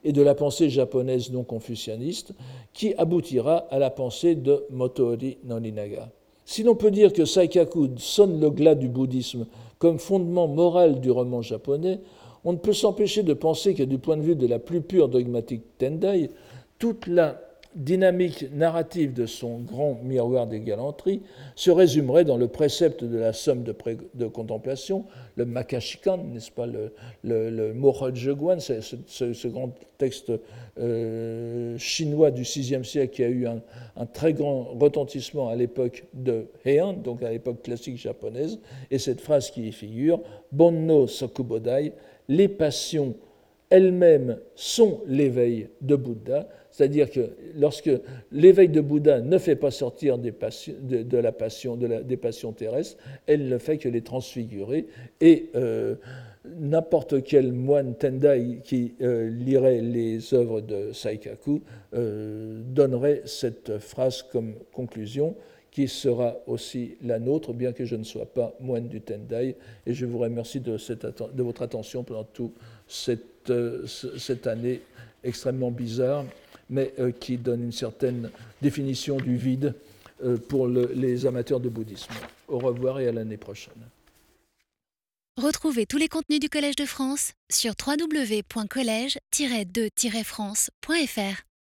et de la pensée japonaise non confucianiste, qui aboutira à la pensée de Motoori Norinaga. Si l'on peut dire que Saikaku sonne le glas du bouddhisme comme fondement moral du roman japonais, on ne peut s'empêcher de penser que du point de vue de la plus pure dogmatique Tendai, toute la dynamique narrative de son grand miroir des galanteries se résumerait dans le précepte de la somme de, pré- de contemplation, le Makashikan, n'est-ce pas, le, le, le Mohojeguan, ce, ce, ce grand texte euh, chinois du sixième siècle qui a eu un, un très grand retentissement à l'époque de Heian, donc à l'époque classique japonaise, et cette phrase qui y figure, Bonno Sokubodai, les passions elles-mêmes sont l'éveil de Bouddha, c'est-à-dire que lorsque l'éveil de Bouddha ne fait pas sortir des passions, de, de la passion, de la, des passions terrestres, elle ne fait que les transfigurer. Et euh, n'importe quel moine Tendai qui euh, lirait les œuvres de Saikaku euh, donnerait cette phrase comme conclusion, qui sera aussi la nôtre, bien que je ne sois pas moine du Tendai. Et je vous remercie de, cette, de votre attention pendant toute cette, euh, cette année extrêmement bizarre, mais euh, qui donne une certaine définition du vide euh, pour le, les amateurs de bouddhisme. Au revoir et à l'année prochaine. Retrouvez tous les contenus du Collège de France sur w w w point collège tiret de tiret france point f r.